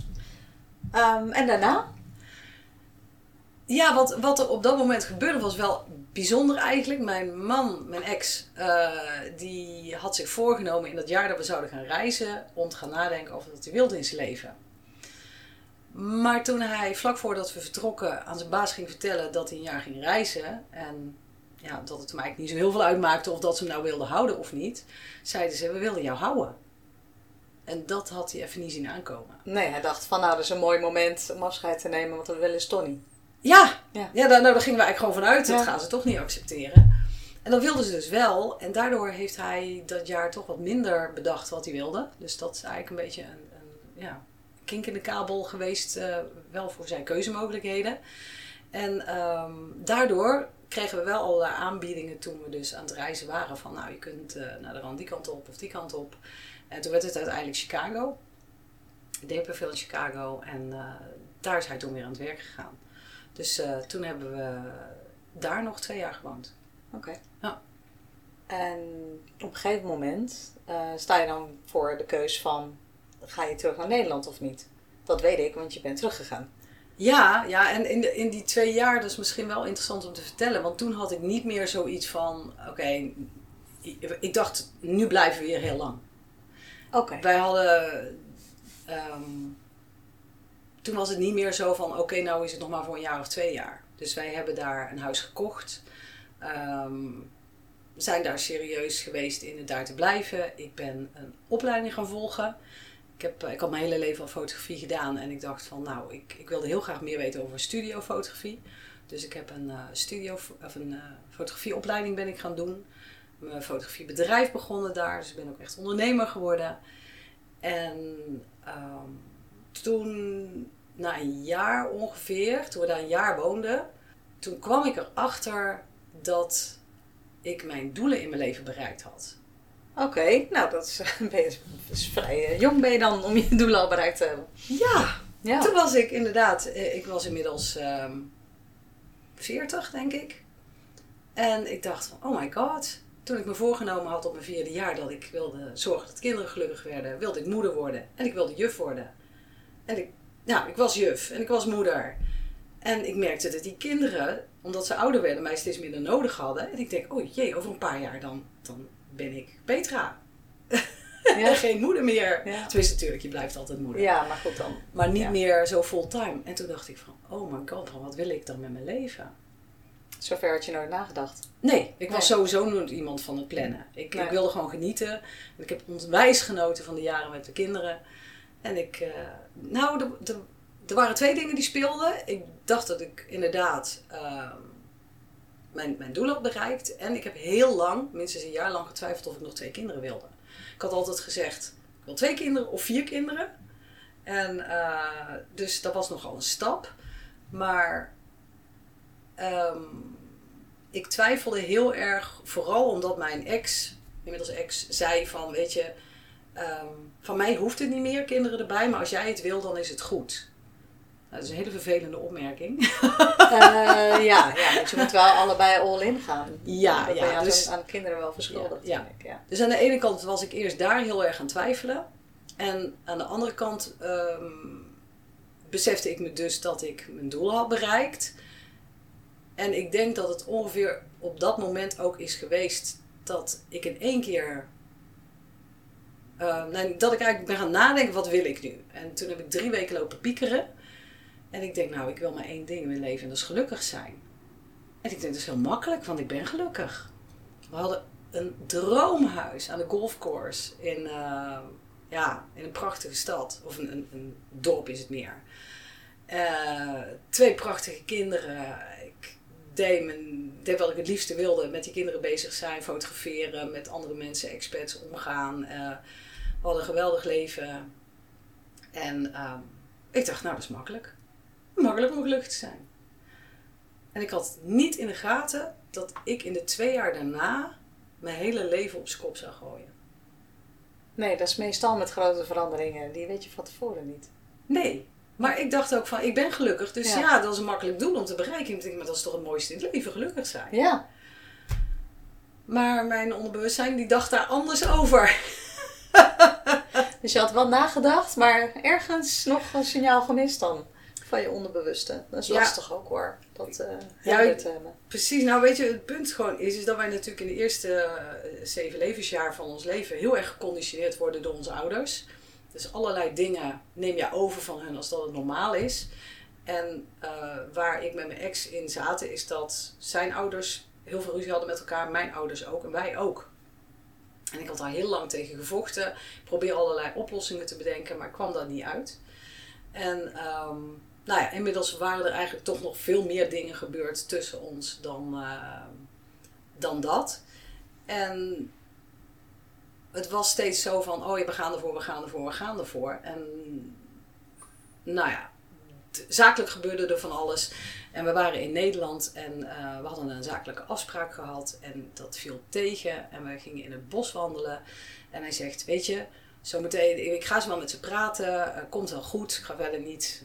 Ja. Um, en daarna? Ja, wat, wat er op dat moment gebeurde was wel bijzonder eigenlijk. Mijn man, mijn ex, uh, die had zich voorgenomen in dat jaar dat we zouden gaan reizen om te gaan nadenken over wat hij wilde in zijn leven. Maar toen hij vlak voordat we vertrokken aan zijn baas ging vertellen dat hij een jaar ging reizen en ja, dat het hem eigenlijk niet zo heel veel uitmaakte of dat ze hem nou wilden houden of niet, zeiden ze, we wilden jou houden. En dat had hij even niet zien aankomen. Nee, hij dacht van nou, dat is een mooi moment om afscheid te nemen, want we willen is Tony. Ja, ja. ja daar, nou, daar gingen we eigenlijk gewoon vanuit. Dat ja. gaan ze toch niet accepteren. En dat wilden ze dus wel. En daardoor heeft hij dat jaar toch wat minder bedacht wat hij wilde. Dus dat is eigenlijk een beetje een, een ja, kink in de kabel geweest. Uh, wel voor zijn keuzemogelijkheden. En um, daardoor kregen we wel allerlei aanbiedingen toen we dus aan het reizen waren. Van nou, je kunt uh, naar de rand die kant op of die kant op. En toen werd het uiteindelijk Chicago. Naperville in Chicago. En uh, daar is hij toen weer aan het werk gegaan. Dus uh, toen hebben we daar nog twee jaar gewoond. Oké. Okay. Ja. En op een gegeven moment uh, sta je dan voor de keus van, ga je terug naar Nederland of niet? Dat weet ik, want je bent teruggegaan. Ja, ja, en in, de, in die twee jaar, dat is misschien wel interessant om te vertellen. Want toen had ik niet meer zoiets van, oké, okay, ik dacht, nu blijven we hier heel lang. Oké. Okay. Wij hadden, um, toen was het niet meer zo van, oké, okay, nou is het nog maar voor een jaar of twee jaar. Dus wij hebben daar een huis gekocht. Um, zijn daar serieus geweest in het daar te blijven. Ik ben een opleiding gaan volgen. Ik, heb, ik had mijn hele leven al fotografie gedaan en ik dacht van nou, ik, ik wilde heel graag meer weten over studiofotografie. Dus ik heb een, uh, studio, of een uh, fotografieopleiding ben ik gaan doen. Mijn fotografiebedrijf begonnen daar, dus ik ben ook echt ondernemer geworden. En um, toen, na een jaar ongeveer, toen we daar een jaar woonden, toen kwam ik erachter dat ik mijn doelen in mijn leven bereikt had. Oké, okay, nou dat is, ben je, dat is vrij uh, jong ben je dan om je doelen al bereikt te hebben. Ja, ja. Toen was ik inderdaad, ik was inmiddels um, veertig denk ik. En ik dacht van, oh my god. Toen ik me voorgenomen had op mijn vierde jaar dat ik wilde zorgen dat kinderen gelukkig werden, wilde ik moeder worden. En ik wilde juf worden. En ik, nou, ik was juf en ik was moeder. En ik merkte dat die kinderen, omdat ze ouder werden, mij steeds minder nodig hadden. En ik denk, oh jee, over een paar jaar dan, dan ben ik Petra. Ja. Geen moeder meer. Ja. Tenminste, natuurlijk, je blijft altijd moeder. Ja, maar goed dan. Maar niet ja. meer zo fulltime. En toen dacht ik van, oh my god, wat wil ik dan met mijn leven? Zover had je nooit nagedacht? Nee, ik was nee. sowieso nooit iemand van het plannen. Ik, nee. ik wilde gewoon genieten. Ik heb onwijs genoten van de jaren met de kinderen. En ik, uh, nou, de, de, er waren twee dingen die speelden. Ik dacht dat ik inderdaad uh, mijn, mijn doel had bereikt. En ik heb heel lang, minstens een jaar lang getwijfeld of ik nog twee kinderen wilde. Ik had altijd gezegd, ik wil twee kinderen of vier kinderen. En uh, dus dat was nogal een stap. Maar um, ik twijfelde heel erg, vooral omdat mijn ex, inmiddels ex, zei van, weet je, um, van mij hoeft het niet meer, kinderen erbij, maar als jij het wil, dan is het goed. Nou, dat is een hele vervelende opmerking. Uh, ja, ja, want je moet wel allebei all in gaan. Ja, dat ja. ben je Dus, aan kinderen wel verschuldigd, ja, vind ik. Ja. Dus aan de ene kant was ik eerst daar heel erg aan twijfelen. En aan de andere kant um, besefte ik me dus dat ik mijn doel had bereikt. En ik denk dat het ongeveer op dat moment ook is geweest dat ik in één keer... Uh, nee, dat ik eigenlijk ben gaan nadenken, wat wil ik nu? En toen heb ik drie weken lopen piekeren. En ik denk, nou, ik wil maar één ding in mijn leven en dat is gelukkig zijn. En ik denk, dat is heel makkelijk, want ik ben gelukkig. We hadden een droomhuis aan de golfcourse in, uh, ja, in een prachtige stad. Of een, een, een dorp is het meer. Uh, twee prachtige kinderen. Ik deed, mijn, deed wat ik het liefste wilde. Met die kinderen bezig zijn, fotograferen, met andere mensen, expats omgaan. Uh, we hadden een geweldig leven. En uh, ik dacht, nou, dat is makkelijk. Makkelijk om gelukkig te zijn. En ik had niet in de gaten dat ik in de twee jaar daarna mijn hele leven op z'n kop zou gooien. Nee, dat is meestal met grote veranderingen. Die weet je van tevoren niet. Nee, maar ik dacht ook van, ik ben gelukkig. Dus ja, ja dat is een makkelijk doel om te bereiken. Ik denk, maar dat is toch het mooiste in het leven, gelukkig zijn. Ja. Maar mijn onderbewustzijn, die dacht daar anders over. Dus je had wel nagedacht, maar ergens nog een signaal gemist dan. Van je onderbewuste. Dat is ja. lastig ook hoor. Dat uh, helder te hebben. Precies. Nou weet je, het punt gewoon is, is dat wij natuurlijk in de eerste uh, zeven levensjaar van ons leven heel erg geconditioneerd worden door onze ouders. Dus allerlei dingen neem je over van hun als dat het normaal is. En uh, waar ik met mijn ex in zaten is dat zijn ouders heel veel ruzie hadden met elkaar. Mijn ouders ook en wij ook. En ik had daar heel lang tegen gevochten. Ik probeer allerlei oplossingen te bedenken, maar ik kwam daar niet uit. En um, nou ja, inmiddels waren er eigenlijk toch nog veel meer dingen gebeurd tussen ons dan, uh, dan dat. En het was steeds zo van, oh ja, we gaan ervoor, we gaan ervoor, we gaan ervoor. En nou ja, t- zakelijk gebeurde er van alles. En we waren in Nederland en uh, we hadden een zakelijke afspraak gehad. En dat viel tegen en we gingen in het bos wandelen. En hij zegt, weet je, zometeen, ik ga eens wel met ze praten, uh, komt wel goed. Ik ga verder niet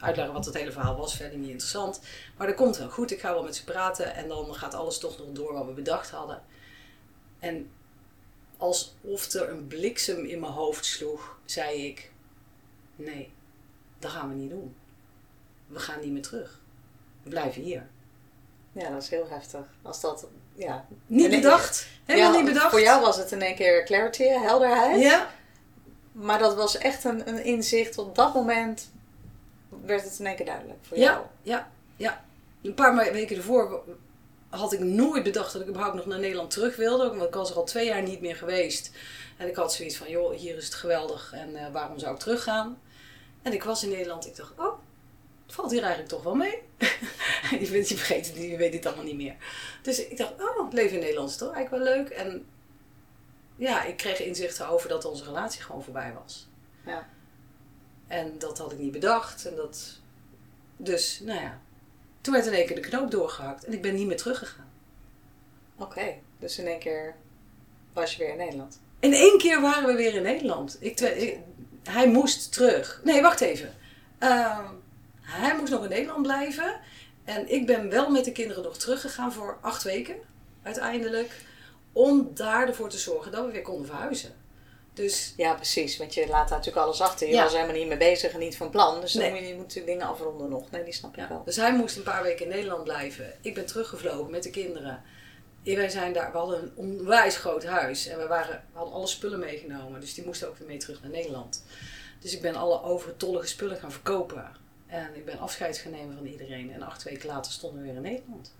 uitleggen wat het hele verhaal was. Verder niet interessant. Maar dat komt wel goed. Ik ga wel met ze praten. En dan gaat alles toch nog door wat we bedacht hadden. En alsof er een bliksem in mijn hoofd sloeg, zei ik... Nee, dat gaan we niet doen. We gaan niet meer terug. We blijven hier. Ja, dat is heel heftig. Als dat, ja... Niet bedacht. Helemaal ja, niet bedacht. Voor jou was het in één keer clarity, helderheid. Ja. Maar dat was echt een, een inzicht. Op dat moment werd het in één keer duidelijk voor ja, jou. Ja, ja. Een paar weken ervoor had ik nooit bedacht dat ik überhaupt nog naar Nederland terug wilde. Want ik was er al twee jaar niet meer geweest. En ik had zoiets van, joh, hier is het geweldig. En uh, waarom zou ik teruggaan? En ik was in Nederland. Ik dacht, oh, het valt hier eigenlijk toch wel mee. je, weet, je vergeet het niet, je weet het allemaal niet meer. Dus ik dacht, oh, het leven in Nederland is toch eigenlijk wel leuk. En ja, ik kreeg inzichten over dat onze relatie gewoon voorbij was. Ja. En dat had ik niet bedacht. En dat... Dus, nou ja. Toen werd in één keer de knoop doorgehakt. En ik ben niet meer teruggegaan. Oké, okay, dus in één keer was je weer in Nederland. In één keer waren we weer in Nederland. Ik, ik, hij moest terug. Nee, wacht even. Uh, hij moest nog in Nederland blijven. En ik ben wel met de kinderen nog teruggegaan voor acht weken. Uiteindelijk. Om daar ervoor te zorgen dat we weer konden verhuizen. Dus, ja, precies. Want je laat daar natuurlijk alles achter. Je ja. was helemaal niet mee bezig en niet van plan. Dus dan nee. moet je, je moet natuurlijk dingen afronden nog. Nee, die snap ik ja. wel. Dus hij moest een paar weken in Nederland blijven. Ik ben teruggevlogen met de kinderen. Wij zijn daar, we hadden een onwijs groot huis. En we, waren, we hadden alle spullen meegenomen. Dus die moesten ook weer mee terug naar Nederland. Dus ik ben alle overtollige spullen gaan verkopen. En ik ben afscheid gaan nemen van iedereen. En acht weken later stonden we weer in Nederland.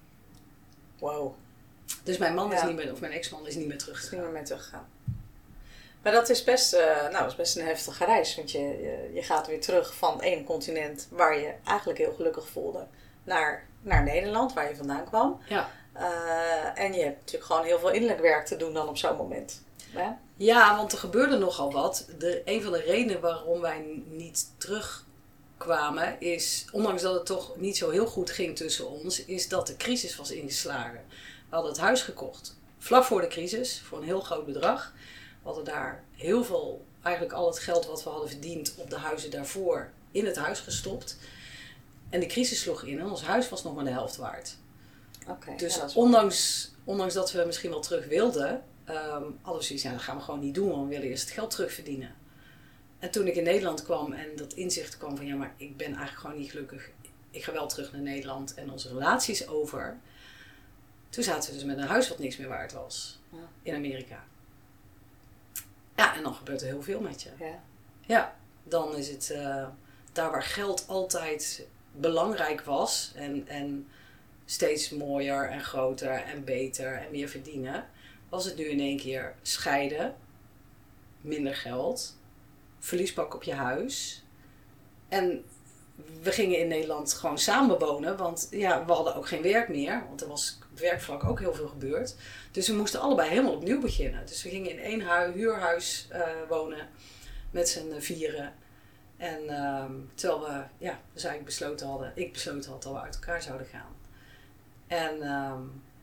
Wow. Dus mijn man ja. is niet meer, of mijn ex-man is niet meer teruggegaan. Is niet meer mee teruggegaan. Maar dat is best, uh, nou, dat is best een heftige reis. Want je, je, je gaat weer terug van één continent waar je eigenlijk heel gelukkig voelde. Naar, naar Nederland, waar je vandaan kwam. Ja. Uh, en je hebt natuurlijk gewoon heel veel innerlijk werk te doen dan op zo'n moment. Ja, ja, want er gebeurde nogal wat. De, een van de redenen waarom wij niet terugkwamen is, ondanks dat het toch niet zo heel goed ging tussen ons, is dat de crisis was ingeslagen. We hadden het huis gekocht. Vlak voor de crisis, voor een heel groot bedrag. We hadden daar heel veel, eigenlijk al het geld wat we hadden verdiend op de huizen daarvoor, in het huis gestopt. En de crisis sloeg in en ons huis was nog maar de helft waard. Okay, dus ja, ondanks, ondanks dat we misschien wel terug wilden, um, hadden we zoiets, ja, dat gaan we gewoon niet doen, want we willen eerst het geld terugverdienen. En toen ik in Nederland kwam en dat inzicht kwam van, ja, maar ik ben eigenlijk gewoon niet gelukkig. Ik ga wel terug naar Nederland en onze relatie is over. Toen zaten we dus met een huis wat niks meer waard was. Ja. In Amerika. Ja, en dan gebeurt er heel veel met je. Ja, ja dan is het uh, daar waar geld altijd belangrijk was en, en steeds mooier en groter en beter en meer verdienen, was het nu in één keer scheiden, minder geld, verlies pakken op je huis. En we gingen in Nederland gewoon samen wonen, want ja, we hadden ook geen werk meer, want er was op werkvlak ook heel veel gebeurd. Dus we moesten allebei helemaal opnieuw beginnen. Dus we gingen in één hu- huurhuis uh, wonen met z'n vieren. En uh, terwijl we, ja, dus eigenlijk besloten hadden, ik besloten had dat we uit elkaar zouden gaan. En, uh,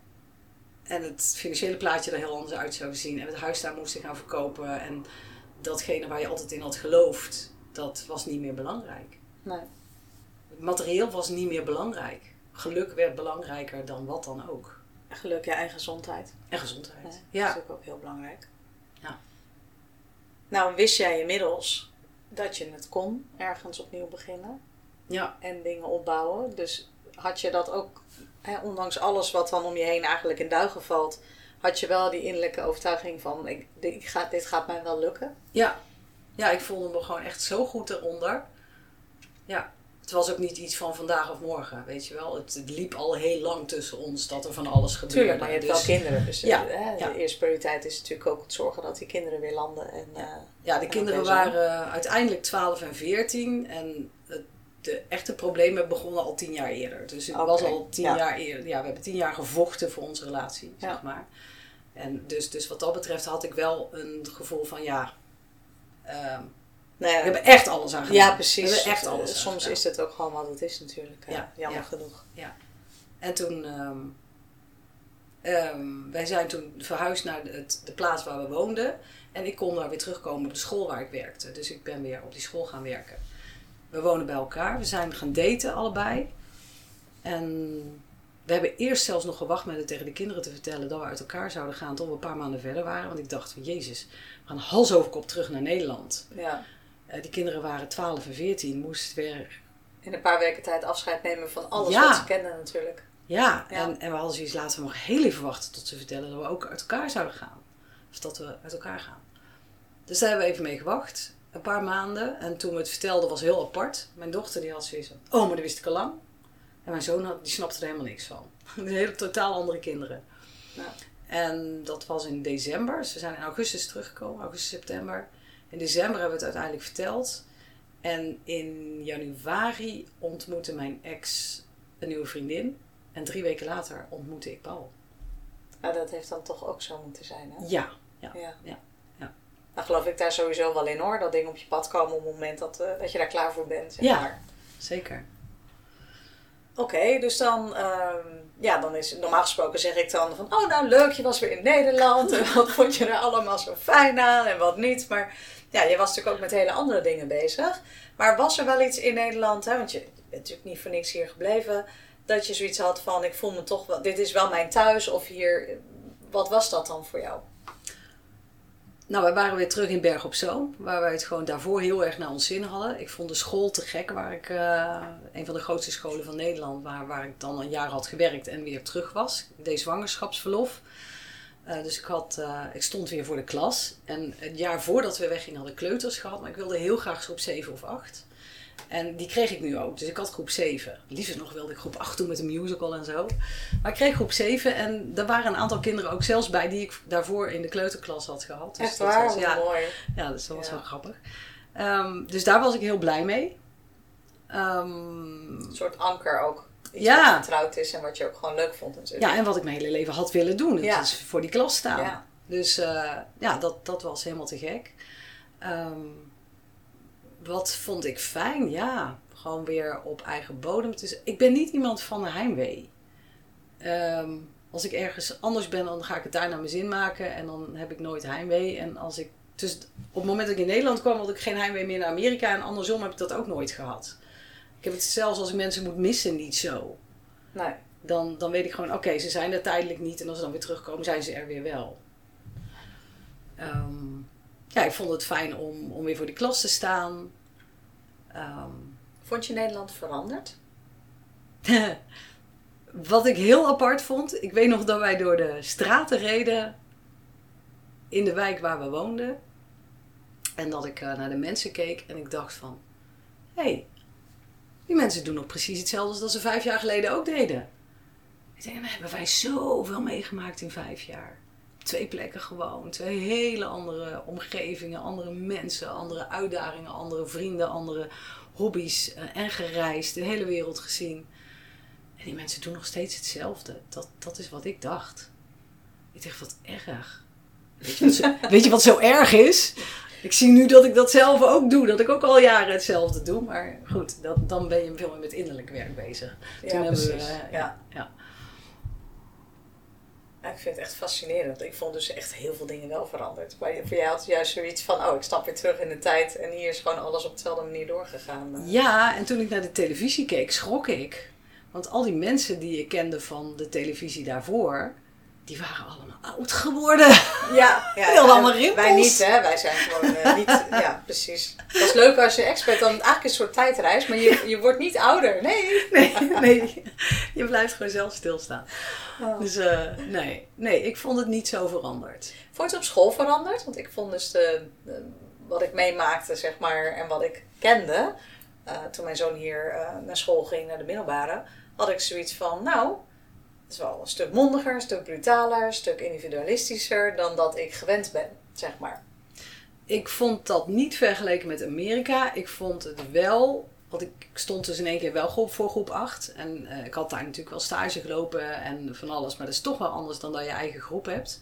en het financiële plaatje er heel anders uit zou zien. En het huis daar moesten gaan verkopen. En datgene waar je altijd in had geloofd, dat was niet meer belangrijk. Nee. Het materieel was niet meer belangrijk. Geluk werd belangrijker dan wat dan ook. Geluk, ja, en gezondheid. En gezondheid. Nee, ja. Dat is ook, ook heel belangrijk. Ja. Nou, wist jij inmiddels dat je het kon, ergens opnieuw beginnen. Ja. En dingen opbouwen. Dus had je dat ook, hè, ondanks alles wat dan om je heen eigenlijk in duigen valt, had je wel die innerlijke overtuiging van, ik, ik ga, dit gaat mij wel lukken? Ja. Ja, ik voelde me gewoon echt zo goed eronder. Ja. Het was ook niet iets van vandaag of morgen, weet je wel. Het, het liep al heel lang tussen ons dat er van alles gebeurde. Tuurlijk, maar je hebt dus wel kinderen. Dus ja, hè, de ja. eerste prioriteit is natuurlijk ook het zorgen dat die kinderen weer landen. En, ja. Uh, ja, de kinderen waren uiteindelijk twaalf en veertien. En het, de echte problemen begonnen al tien jaar eerder. Dus het okay. was al tien ja. jaar eerder. Ja, we hebben tien jaar gevochten voor onze relatie, zeg ja. maar. En dus, dus wat dat betreft had ik wel een gevoel van ja... Um, Nou ja, we hebben echt alles aan gedaan. Ja, precies. We hebben echt alles Soms gedaan. is het ook gewoon wat het is natuurlijk. Ja, jammer ja. genoeg. Ja. En toen... Um, um, wij zijn toen verhuisd naar de, het, de plaats waar we woonden. En ik kon daar weer terugkomen op de school waar ik werkte. Dus ik ben weer op die school gaan werken. We wonen bij elkaar. We zijn gaan daten allebei. En we hebben eerst zelfs nog gewacht met het tegen de kinderen te vertellen dat we uit elkaar zouden gaan tot we een paar maanden verder waren. Want ik dacht van Jezus, we gaan hals over kop terug naar Nederland. Ja. Uh, die kinderen waren twaalf en veertien, moesten weer... In een paar weken tijd afscheid nemen van alles Ja. wat ze kenden natuurlijk. Ja, Ja. En, en we hadden zoiets, laten we nog heel even wachten tot ze vertellen dat we ook uit elkaar zouden gaan. Of dat we uit elkaar gaan. Dus daar hebben we even mee gewacht. Een paar maanden. En toen we het vertelden was heel apart. Mijn dochter die had zoiets van, oh, maar dat wist ik al lang. En mijn zoon had, die snapte er helemaal niks van. Hele totaal andere kinderen. Ja. En dat was in december. Dus we zijn in augustus teruggekomen. Augustus, september. In december hebben we het uiteindelijk verteld. En in januari ontmoette mijn ex een nieuwe vriendin. En drie weken later ontmoette ik Paul. Nou, dat heeft dan toch ook zo moeten zijn, hè? Ja. Ja. Ja. Ja. Ja. Nou geloof ik daar sowieso wel in hoor. Dat dingen op je pad komen op het moment dat, uh, dat je daar klaar voor bent. Zeg Ja. maar. Zeker. Oké, okay, dus dan, um, ja, dan is normaal gesproken zeg ik dan van, oh nou leuk, je was weer in Nederland en wat vond je er allemaal zo fijn aan en wat niet. Maar ja, je was natuurlijk ook met hele andere dingen bezig. Maar was er wel iets in Nederland, hè, want je bent natuurlijk niet voor niks hier gebleven, dat je zoiets had van, ik voel me toch wel, dit is wel mijn thuis of hier, wat was dat dan voor jou? Nou, wij waren weer terug in Berg op Zoom, waar wij het gewoon daarvoor heel erg naar ons zin hadden. Ik vond de school te gek, waar ik, uh, een van de grootste scholen van Nederland, waar, waar ik dan een jaar had gewerkt en weer terug was. Ik deed zwangerschapsverlof. Uh, dus ik, had, uh, ik stond weer voor de klas. En het jaar voordat we weggingen hadden kleuters gehad, maar ik wilde heel graag groep zeven of acht. En die kreeg ik nu ook. Dus ik had groep zeven. Liefst nog wilde ik groep acht doen met een musical en zo. Maar ik kreeg groep zeven. En er waren een aantal kinderen ook zelfs bij die ik daarvoor in de kleuterklas had gehad. Dus echt waar? dat was, ja, mooi. Ja, dus dat was ja. wel grappig. Um, dus daar was ik heel blij mee. Um, een soort anker ook. Iets ja. wat vertrouwd is en wat je ook gewoon leuk vond natuurlijk. Ja, en wat ik mijn hele leven had willen doen. Het ja. is voor die klas staan. Ja. Dus uh, ja, dat, dat was helemaal te gek. Um, wat vond ik fijn? Ja, gewoon weer op eigen bodem. Dus ik ben niet iemand van de heimwee. Um, als ik ergens anders ben, dan ga ik het daar naar mijn zin maken. En dan heb ik nooit heimwee. En als ik, dus op het moment dat ik in Nederland kwam, had ik geen heimwee meer naar Amerika. En andersom heb ik dat ook nooit gehad. Ik heb het zelfs als ik mensen moet missen niet zo. Nee. Dan, dan weet ik gewoon, oké, okay, ze zijn er tijdelijk niet. En als ze dan weer terugkomen, zijn ze er weer wel. Um, ja, ik vond het fijn om, om weer voor die klas te staan. Um, vond je Nederland veranderd? Wat ik heel apart vond, ik weet nog dat wij door de straten reden in de wijk waar we woonden. En dat ik uh, naar de mensen keek en ik dacht van, hé, hey, die mensen doen nog precies hetzelfde als dat ze vijf jaar geleden ook deden. Ik denk, dan hebben wij zoveel meegemaakt in vijf jaar. Twee plekken gewoon, twee hele andere omgevingen, andere mensen, andere uitdagingen, andere vrienden, andere hobby's uh, en gereisd, de hele wereld gezien. En die mensen doen nog steeds hetzelfde. Dat, dat is wat ik dacht. Ik dacht, wat erg. Weet je wat, zo, weet je wat zo erg is? Ik zie nu dat ik dat zelf ook doe. Dat ik ook al jaren hetzelfde doe. Maar goed, dat, dan ben je veel meer met innerlijk werk bezig. Ja, Toen precies. Hebben we, uh, ja. Ja. Ja, ik vind het echt fascinerend. Ik vond dus echt heel veel dingen wel veranderd. Maar voor jou had juist zoiets van, oh, ik stap weer terug in de tijd. En hier is gewoon alles op dezelfde manier doorgegaan. Ja, en toen ik naar de televisie keek, schrok ik. Want al die mensen die ik kende van de televisie daarvoor, die waren allemaal oud geworden. Ja, ja, die hadden allemaal rimpels. Wij niet, hè. Wij zijn gewoon uh, niet, ja, precies. Dat is leuk als je expert, dan eigenlijk een soort tijdreis, maar je, je wordt niet ouder. Nee. Nee, nee. Je blijft gewoon zelf stilstaan. Oh. Dus uh, nee, nee, ik vond het niet zo veranderd. Vond je het op school veranderd? Want ik vond dus de, de, wat ik meemaakte, zeg maar, en wat ik kende, uh, toen mijn zoon hier uh, naar school ging, naar de middelbare, had ik zoiets van, nou, het is wel een stuk mondiger, een stuk brutaler, een stuk individualistischer dan dat ik gewend ben, zeg maar. Ik vond dat niet vergeleken met Amerika. Ik vond het wel, want ik stond dus in één keer wel voor groep acht. En uh, ik had daar natuurlijk wel stage gelopen en van alles. Maar dat is toch wel anders dan dat je eigen groep hebt.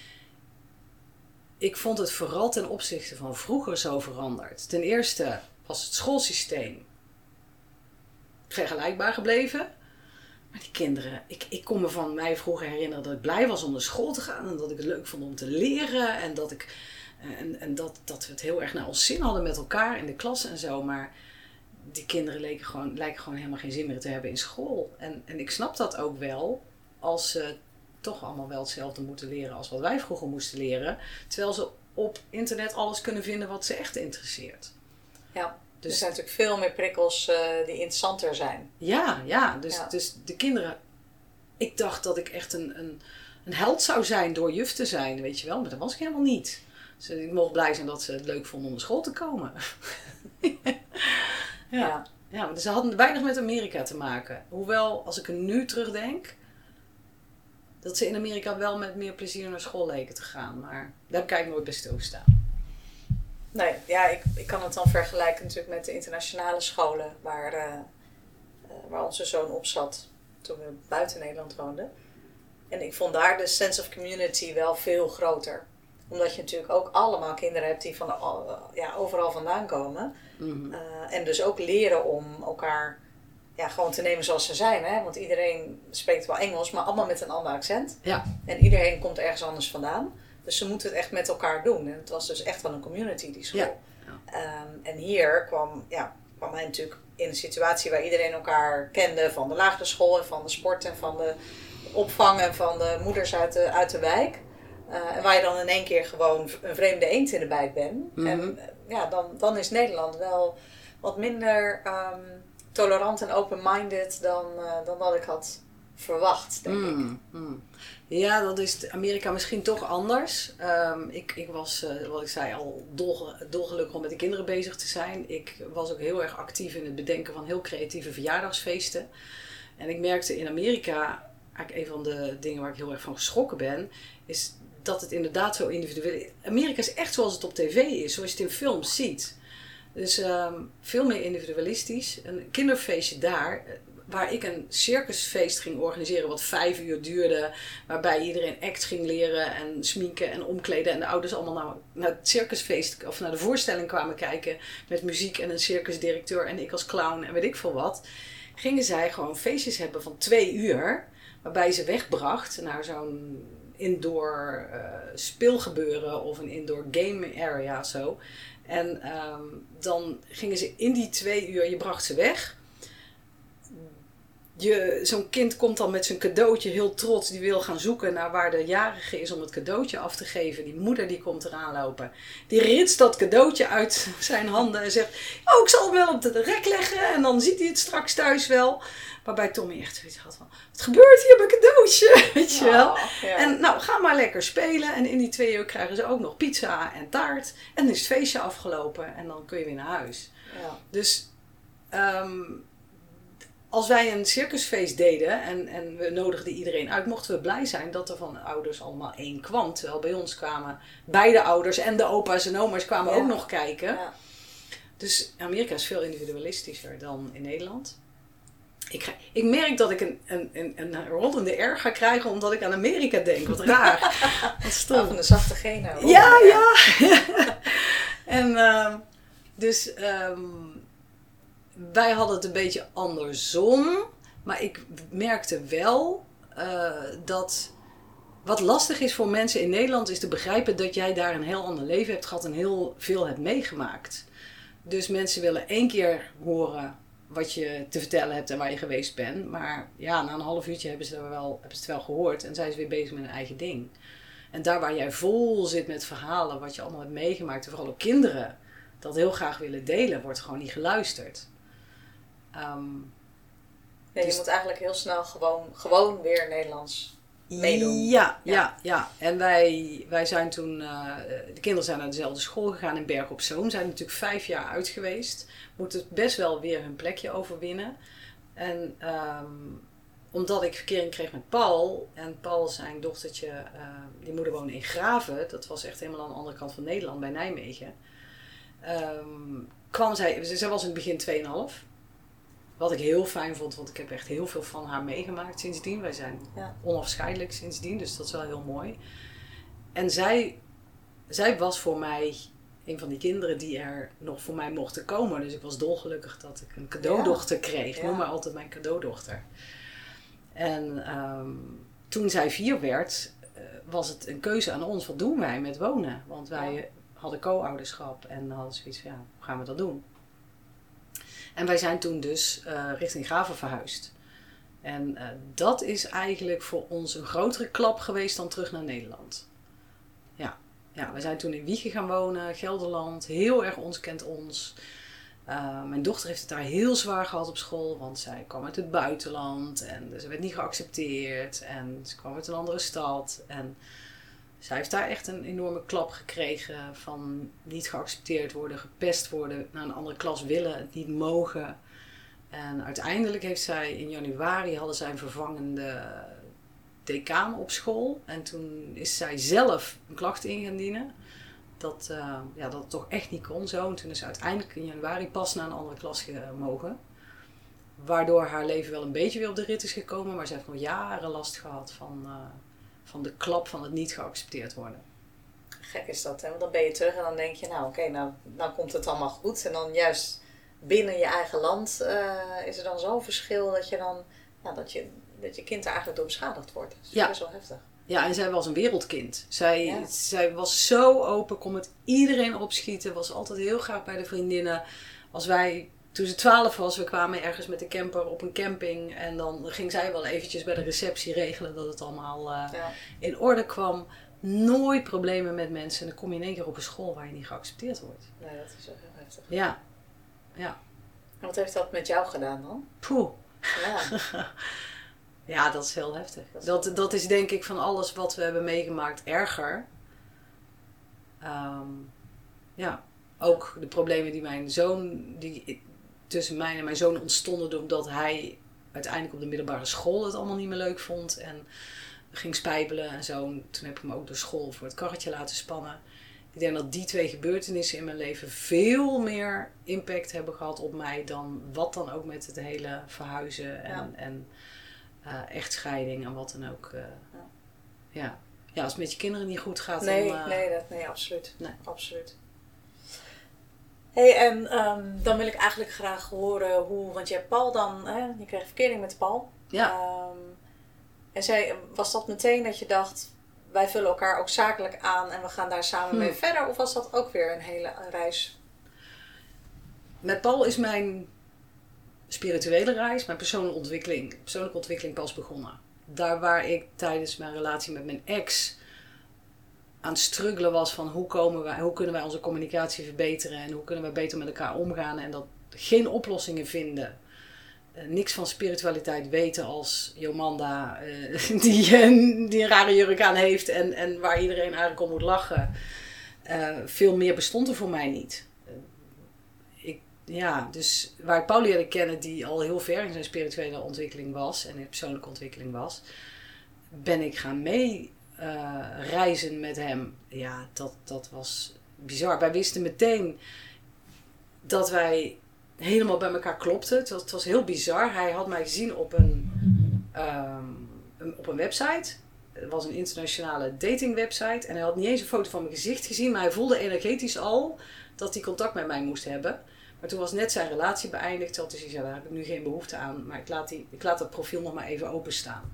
Ik vond het vooral ten opzichte van vroeger zo veranderd. Ten eerste was het schoolsysteem vergelijkbaar gebleven. Maar die kinderen, ik, ik kon me van mij vroeger herinneren dat ik blij was om naar school te gaan. En dat ik het leuk vond om te leren. En dat, ik, en, en dat, dat we het heel erg naar ons zin hadden met elkaar in de klas en zo. Maar die kinderen lijken gewoon, lijken gewoon helemaal geen zin meer te hebben in school. En, en ik snap dat ook wel, als ze toch allemaal wel hetzelfde moeten leren als wat wij vroeger moesten leren. Terwijl ze op internet alles kunnen vinden wat ze echt interesseert. Ja, dus, er zijn natuurlijk veel meer prikkels uh, die interessanter zijn. Ja, ja, dus, ja. dus de kinderen... Ik dacht dat ik echt een, een, een held zou zijn door juf te zijn, weet je wel. Maar dat was ik helemaal niet. Dus ik mocht blij zijn dat ze het leuk vonden om naar school te komen. ja. Ja. Ja, maar ze hadden weinig met Amerika te maken. Hoewel, als ik er nu terugdenk, dat ze in Amerika wel met meer plezier naar school leken te gaan. Maar daar heb ik eigenlijk nooit bij stilgestaan. Nee, ja, ik, ik kan het dan vergelijken natuurlijk met de internationale scholen waar, uh, uh, waar onze zoon op zat toen we buiten Nederland woonden. En ik vond daar de sense of community wel veel groter. Omdat je natuurlijk ook allemaal kinderen hebt die van uh, ja, overal vandaan komen. Mm-hmm. Uh, en dus ook leren om elkaar ja, gewoon te nemen zoals ze zijn. Hè? Want iedereen spreekt wel Engels, maar allemaal met een ander accent. Ja. En iedereen komt ergens anders vandaan. Dus ze moeten het echt met elkaar doen. En het was dus echt wel een community, die school. Ja. Ja. Um, en hier kwam, ja, kwam hij natuurlijk in een situatie waar iedereen elkaar kende. Van de lagere school en van de sport en van de opvang en van de moeders uit de, uit de wijk. Uh, en waar je dan in één keer gewoon een vreemde eend in de bijt bent. Mm-hmm. En ja, dan, dan is Nederland wel wat minder um, tolerant en open-minded dan, uh, dan dat ik had verwacht, denk mm, ik. Mm. Ja, dat is Amerika misschien toch anders. Um, ik, ik was, uh, wat ik zei, al dol, dolgelukkig om met de kinderen bezig te zijn. Ik was ook heel erg actief in het bedenken van heel creatieve verjaardagsfeesten. En ik merkte in Amerika, eigenlijk een van de dingen waar ik heel erg van geschrokken ben, is dat het inderdaad zo individueel is. Amerika is echt zoals het op tv is, zoals je het in films ziet. Dus um, veel meer individualistisch. Een kinderfeestje daar, waar ik een circusfeest ging organiseren wat vijf uur duurde. Waarbij iedereen act ging leren en sminken en omkleden. En de ouders allemaal naar, naar het circusfeest of naar de voorstelling kwamen kijken. Met muziek en een circusdirecteur en ik als clown en weet ik veel wat. Gingen zij gewoon feestjes hebben van twee uur. Waarbij ze wegbracht naar zo'n indoor uh, speelgebeuren of een indoor game area zo. En um, dan gingen ze in die twee uur, je bracht ze weg. Je, zo'n kind komt dan met zijn cadeautje heel trots. Die wil gaan zoeken naar waar de jarige is om het cadeautje af te geven. Die moeder die komt eraan lopen. Die ritst dat cadeautje uit zijn handen en zegt, oh, ik zal het wel op de rek leggen. En dan ziet hij het straks thuis wel. Waarbij Tommy echt zoiets had van, wat gebeurt hier met mijn cadeautje? Weet je wel? Oh, ja. En nou, ga maar lekker spelen. En in die twee uur krijgen ze ook nog pizza en taart. En dan is het feestje afgelopen. En dan kun je weer naar huis. Ja. Dus um, als wij een circusfeest deden en, en we nodigden iedereen uit, mochten we blij zijn dat er van ouders allemaal één kwam. Terwijl bij ons kwamen beide ouders en de opa's en oma's kwamen ja. ook nog kijken. Ja. Dus Amerika is veel individualistischer dan in Nederland. Ik, ga, ik merk dat ik een, een, een, een rollende R ga krijgen omdat ik aan Amerika denk. Wat raar. Wat stom. Van de zachte genen. Ja, ja. en uh, dus um, wij hadden het een beetje andersom. Maar ik merkte wel uh, dat wat lastig is voor mensen in Nederland is te begrijpen dat jij daar een heel ander leven hebt gehad en heel veel hebt meegemaakt. Dus mensen willen één keer horen wat je te vertellen hebt en waar je geweest bent. Maar ja, na een half uurtje hebben ze, wel, hebben ze het wel gehoord en zijn ze weer bezig met hun eigen ding. En daar waar jij vol zit met verhalen, wat je allemaal hebt meegemaakt, en vooral ook kinderen dat heel graag willen delen, wordt gewoon niet geluisterd. Um, nee, dus je moet eigenlijk heel snel gewoon, gewoon weer Nederlands meedoen. Ja, ja, ja. ja. En wij, wij zijn toen, uh, de kinderen zijn naar dezelfde school gegaan in Bergen op Zoom. Zijn natuurlijk vijf jaar uit geweest. Moeten best wel weer hun plekje overwinnen. En um, omdat ik verkering kreeg met Paul. En Paul zijn dochtertje, uh, die moeder woonde in Graven. Dat was echt helemaal aan de andere kant van Nederland, bij Nijmegen. Um, kwam zij, zij was in het begin twee komma vijf. Wat ik heel fijn vond, want ik heb echt heel veel van haar meegemaakt sindsdien. Wij zijn ja. onafscheidelijk sindsdien, dus dat is wel heel mooi. En zij, zij was voor mij een van die kinderen die er nog voor mij mochten komen. Dus ik was dolgelukkig dat ik een cadeaudochter ja. kreeg. Ik ja. noem maar altijd mijn cadeaudochter. En um, toen zij vier werd, uh, was het een keuze aan ons. Wat doen wij met wonen? Want wij ja. hadden co-ouderschap en hadden zoiets van, ja, hoe gaan we dat doen? En wij zijn toen dus uh, richting Gava verhuisd. En uh, dat is eigenlijk voor ons een grotere klap geweest dan terug naar Nederland. Ja, ja, we zijn toen in Wijchen gaan wonen, Gelderland. Heel erg ons kent ons. Uh, mijn dochter heeft het daar heel zwaar gehad op school, want zij kwam uit het buitenland en ze werd niet geaccepteerd en ze kwam uit een andere stad. En zij heeft daar echt een enorme klap gekregen van niet geaccepteerd worden, gepest worden, naar een andere klas willen, het niet mogen. En uiteindelijk heeft zij in januari hadden zij een vervangende decaan op school en toen is zij zelf een klacht in gaan dienen. Dat, uh, ja, dat het toch echt niet kon zo. En toen is ze uiteindelijk in januari pas naar een andere klas gemogen. Waardoor haar leven wel een beetje weer op de rit is gekomen. Maar ze heeft nog jaren last gehad van, uh, van de klap van het niet geaccepteerd worden. Gek is dat, hè? Want dan ben je terug en dan denk je, nou oké, okay, nou, nou komt het allemaal goed. En dan juist binnen je eigen land uh, is er dan zo'n verschil dat je dan, ja, dat je, dat je kind er eigenlijk door beschadigd wordt. Dat is ja. best wel heftig. Ja, en zij was een wereldkind. Zij, ja. zij was zo open, kon met iedereen opschieten. Was altijd heel graag bij de vriendinnen. Als wij, toen ze twaalf was, we kwamen ergens met de camper op een camping. En dan ging zij wel eventjes bij de receptie regelen dat het allemaal uh, ja. in orde kwam. Nooit problemen met mensen. En dan kom je in één keer op een school waar je niet geaccepteerd wordt. Nee, dat is wel heel heftig. Ja. ja. En wat heeft dat met jou gedaan dan? Poeh. Ja. Ja, dat is heel heftig. Dat, dat is denk ik van alles wat we hebben meegemaakt erger. Um, ja, ook de problemen die mijn zoon, die tussen mij en mijn zoon ontstonden doordat hij uiteindelijk op de middelbare school het allemaal niet meer leuk vond en ging spijbelen en zo. En toen heb ik hem ook door school voor het karretje laten spannen. Ik denk dat die twee gebeurtenissen in mijn leven veel meer impact hebben gehad op mij dan wat dan ook met het hele verhuizen en... Ja. en Uh, echtscheiding en wat dan ook. Uh, ja. Ja. ja, als het met je kinderen niet goed gaat. Nee, dan, uh, nee, dat, nee, absoluut. Nee. absoluut. Hey, en um, dan wil ik eigenlijk graag horen hoe, want je hebt Paul dan, hè, je kreeg verkering met Paul. Ja. Um, en zij, was dat meteen dat je dacht, wij vullen elkaar ook zakelijk aan en we gaan daar samen hm. mee verder? Of was dat ook weer een hele reis? Met Paul is mijn spirituele reis, mijn persoonlijke ontwikkeling, persoonlijke ontwikkeling pas begonnen. Daar waar ik tijdens mijn relatie met mijn ex aan het struggelen was van hoe, komen wij, hoe kunnen wij onze communicatie verbeteren en hoe kunnen wij beter met elkaar omgaan en dat geen oplossingen vinden. Uh, niks van spiritualiteit weten als Jomanda uh, die, uh, die een rare jurk aan heeft en, en waar iedereen eigenlijk om moet lachen. Uh, veel meer bestond er voor mij niet. Ja, dus waar ik Paul leerde kennen die al heel ver in zijn spirituele ontwikkeling was en in persoonlijke ontwikkeling was, ben ik gaan mee uh, reizen met hem. Ja, dat, dat was bizar. Wij wisten meteen dat wij helemaal bij elkaar klopten. Het was, het was heel bizar. Hij had mij gezien op een, um, een, op een website. Het was een internationale datingwebsite en hij had niet eens een foto van mijn gezicht gezien, maar hij voelde energetisch al dat hij contact met mij moest hebben. Maar toen was net zijn relatie beëindigd. Dus hij zei, daar heb ik nu geen behoefte aan. Maar ik laat, die, ik laat dat profiel nog maar even openstaan.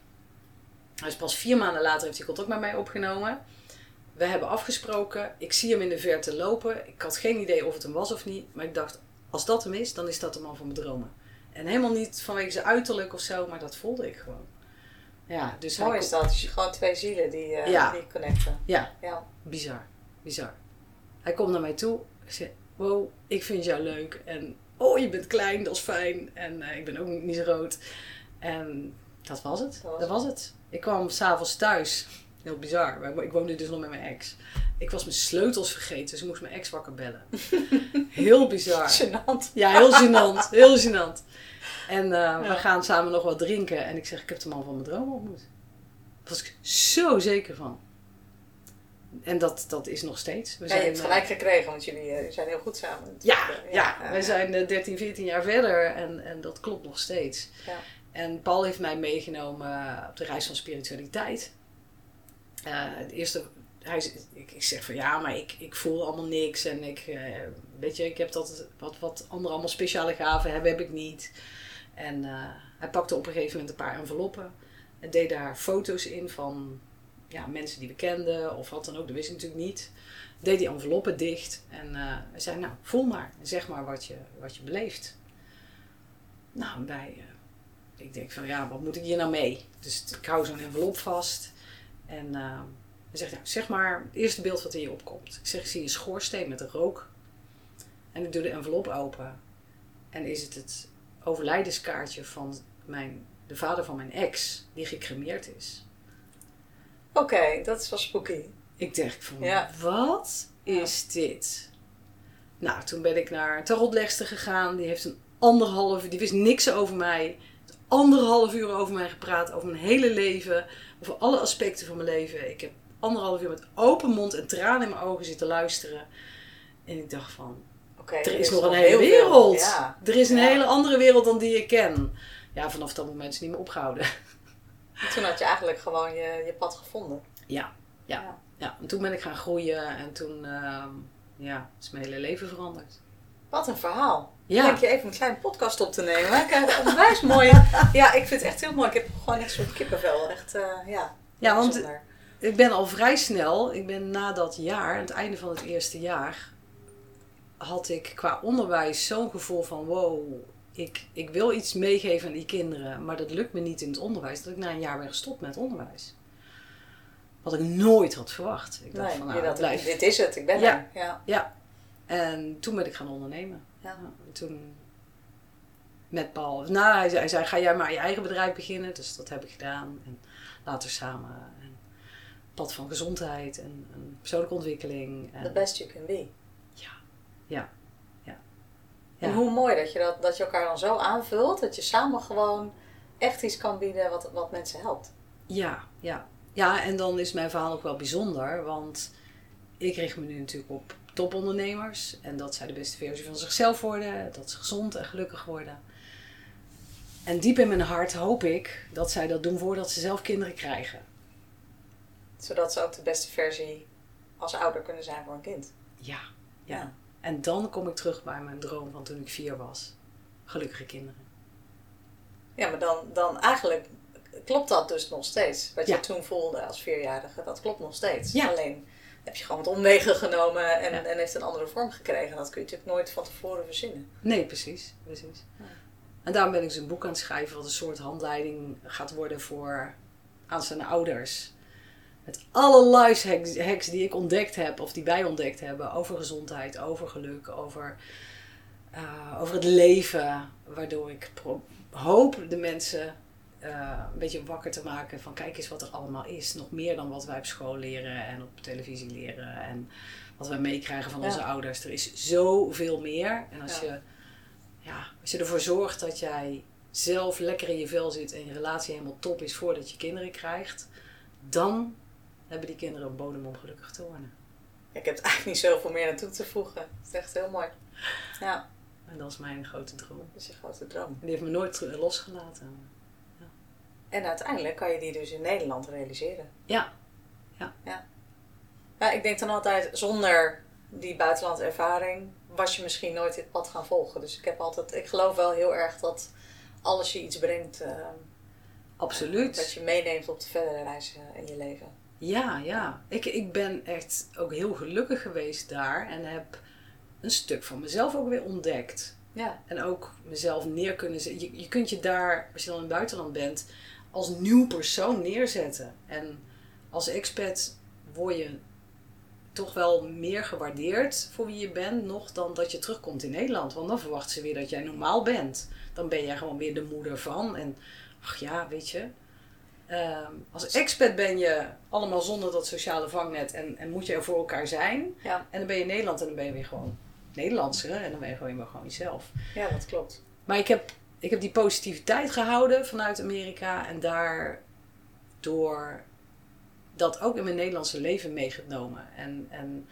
Dus pas vier maanden later heeft hij contact met mij opgenomen. We hebben afgesproken. Ik zie hem in de verte lopen. Ik had geen idee of het hem was of niet. Maar ik dacht, als dat hem is, dan is dat de man van mijn dromen. En helemaal niet vanwege zijn uiterlijk of zo. Maar dat voelde ik gewoon. Ja, dus mooi is dat. Dus je gewoon twee zielen die, uh, ja. die connecten. Ja, ja, bizar. Bizar. Hij komt naar mij toe. Ik zeg, wow, ik vind jou leuk. En oh, je bent klein, dat is fijn. En uh, ik ben ook niet zo groot. En dat was het. Dat was, dat was het. Ik kwam s'avonds thuis. Heel bizar. Ik woonde dus nog met mijn ex. Ik was mijn sleutels vergeten. Dus ik moest mijn ex wakker bellen. Heel bizar. Gênant. Ja, heel gênant. Heel gênant. En uh, ja. we gaan samen nog wat drinken. En ik zeg, ik heb de man van mijn dromen ontmoet. Daar was ik zo zeker van. En dat, dat is nog steeds. We ja, zijn, je hebt gelijk gekregen, want jullie uh, zijn heel goed samen. Ja, ja, ja, ja, wij zijn uh, dertien, veertien jaar verder en, en dat klopt nog steeds. Ja. En Paul heeft mij meegenomen op de reis van spiritualiteit. Uh, het eerste, hij, ik, ik zeg van ja, maar ik, ik voel allemaal niks. En ik, uh, weet je, ik heb dat, wat, wat anderen allemaal speciale gaven hebben, heb ik niet. En uh, hij pakte op een gegeven moment een paar enveloppen. En deed daar foto's in van ja, mensen die we kenden of wat dan ook. Dat wist ik natuurlijk niet. Deed die enveloppen dicht. En uh, hij zei, nou, voel maar. En zeg maar wat je, wat je beleeft. Nou, bij, uh, ik denk van ja, wat moet ik hier nou mee? Dus ik hou zo'n envelop vast. En uh, hij zegt, nou, zeg maar, het eerste beeld wat in je opkomt. Ik zeg, ik zie een schoorsteen met een rook. En ik doe de envelop open. En is het het overlijdenskaartje van mijn, de vader van mijn ex, die gecremeerd is. Oké, okay, dat is wel spooky. Ik dacht van, ja. wat is ja. dit? Nou, toen ben ik naar een tarotlegster gegaan. Die heeft een anderhalf, die wist niks over mij. Anderhalf uur over mij gepraat, over mijn hele leven. Over alle aspecten van mijn leven. Ik heb anderhalf uur met open mond en tranen in mijn ogen zitten luisteren. En ik dacht van, okay, er is nog een hele wereld. Ja. Er is een ja. hele andere wereld dan die ik ken. Ja, vanaf dat moment is het niet meer opgehouden. En toen had je eigenlijk gewoon je, je pad gevonden. Ja, ja, ja. ja. En toen ben ik gaan groeien en toen uh, ja, is mijn hele leven veranderd. Wat een verhaal. Ja. Denk je even een kleine podcast op te nemen. Ik heb een onwijs mooie. Ja, ik vind het echt heel mooi. Ik heb gewoon echt zo'n kippenvel. Echt, uh, ja. Ja, want bijzonder. Ik ben al vrij snel, ik ben na dat jaar, aan het einde van het eerste jaar, had ik qua onderwijs zo'n gevoel van wow, ik, ik wil iets meegeven aan die kinderen, maar dat lukt me niet in het onderwijs, dat ik na een jaar ben gestopt met onderwijs. Wat ik nooit had verwacht. Ik dacht nee, van nou, dat, blijf... dit is het, ik ben ja, er. Ja. ja. En toen ben ik gaan ondernemen. Ja. Ja, toen met Paul. Nou, hij zei, hij zei, ga jij maar je eigen bedrijf beginnen. Dus dat heb ik gedaan. En later samen een pad van gezondheid en, en persoonlijke ontwikkeling. En... The best you can be. Ja, ja, ja. ja. En hoe mooi dat je, dat, dat je elkaar dan zo aanvult. Dat je samen gewoon echt iets kan bieden wat, wat mensen helpt. Ja, ja. Ja, en dan is mijn verhaal ook wel bijzonder. Want ik richt me nu natuurlijk op topondernemers. En dat zij de beste versie van zichzelf worden. Dat ze gezond en gelukkig worden. En diep in mijn hart hoop ik dat zij dat doen voordat ze zelf kinderen krijgen. Zodat ze ook de beste versie als ouder kunnen zijn voor een kind. Ja, ja. ja. En dan kom ik terug bij mijn droom van toen ik vier was. Gelukkige kinderen. Ja, maar dan, dan eigenlijk klopt dat dus nog steeds. Wat je ja. toen voelde als vierjarige, dat klopt nog steeds. Ja. Alleen heb je gewoon wat omwegen genomen en, ja. en heeft een andere vorm gekregen. Dat kun je natuurlijk nooit van tevoren verzinnen. Nee, precies. precies. Ja. En daarom ben ik dus een boek aan het schrijven wat een soort handleiding gaat worden voor aanstaande ouders. Met alle lifehacks hacks die ik ontdekt heb of die wij ontdekt hebben over gezondheid, over geluk, over, uh, over het leven. Waardoor ik pro- hoop de mensen uh, een beetje wakker te maken van kijk eens wat er allemaal is. Nog meer dan wat wij op school leren en op televisie leren en wat wij meekrijgen van ja. onze ouders. Er is zoveel meer. En als, ja. je, ja, als je ervoor zorgt dat jij zelf lekker in je vel zit en je relatie helemaal top is voordat je kinderen krijgt, dan hebben die kinderen een bodem om gelukkig te worden. Ik heb er eigenlijk niet zoveel meer naartoe te voegen. Het is echt heel mooi. Ja. En dat is mijn grote droom. Dat is je grote droom. En die heeft me nooit losgelaten. Ja. En uiteindelijk kan je die dus in Nederland realiseren. Ja. Ja. ja. ja ik denk dan altijd, zonder die buitenlandervaring was je misschien nooit dit pad gaan volgen. Dus ik heb altijd, ik geloof wel heel erg dat alles je iets brengt. Uh, Absoluut. Dat je meeneemt op de verdere reis uh, in je leven. Ja, ja. Ik, ik ben echt ook heel gelukkig geweest daar. En heb een stuk van mezelf ook weer ontdekt. Ja. En ook mezelf neer kunnen zetten. Je, je kunt je daar, als je dan in het buitenland bent, als nieuw persoon neerzetten. En als expat word je toch wel meer gewaardeerd voor wie je bent, nog dan dat je terugkomt in Nederland. Want dan verwachten ze weer dat jij normaal bent. Dan ben jij gewoon weer de moeder van. En ach ja, weet je. Um, als expat ben je allemaal zonder dat sociale vangnet en, en moet je er voor elkaar zijn. Ja. En dan ben je in Nederland en dan ben je weer gewoon Nederlandse en dan ben je gewoon, gewoon jezelf. Ja, dat klopt. Maar ik heb, ik heb die positiviteit gehouden vanuit Amerika en daardoor dat ook in mijn Nederlandse leven meegenomen. En, en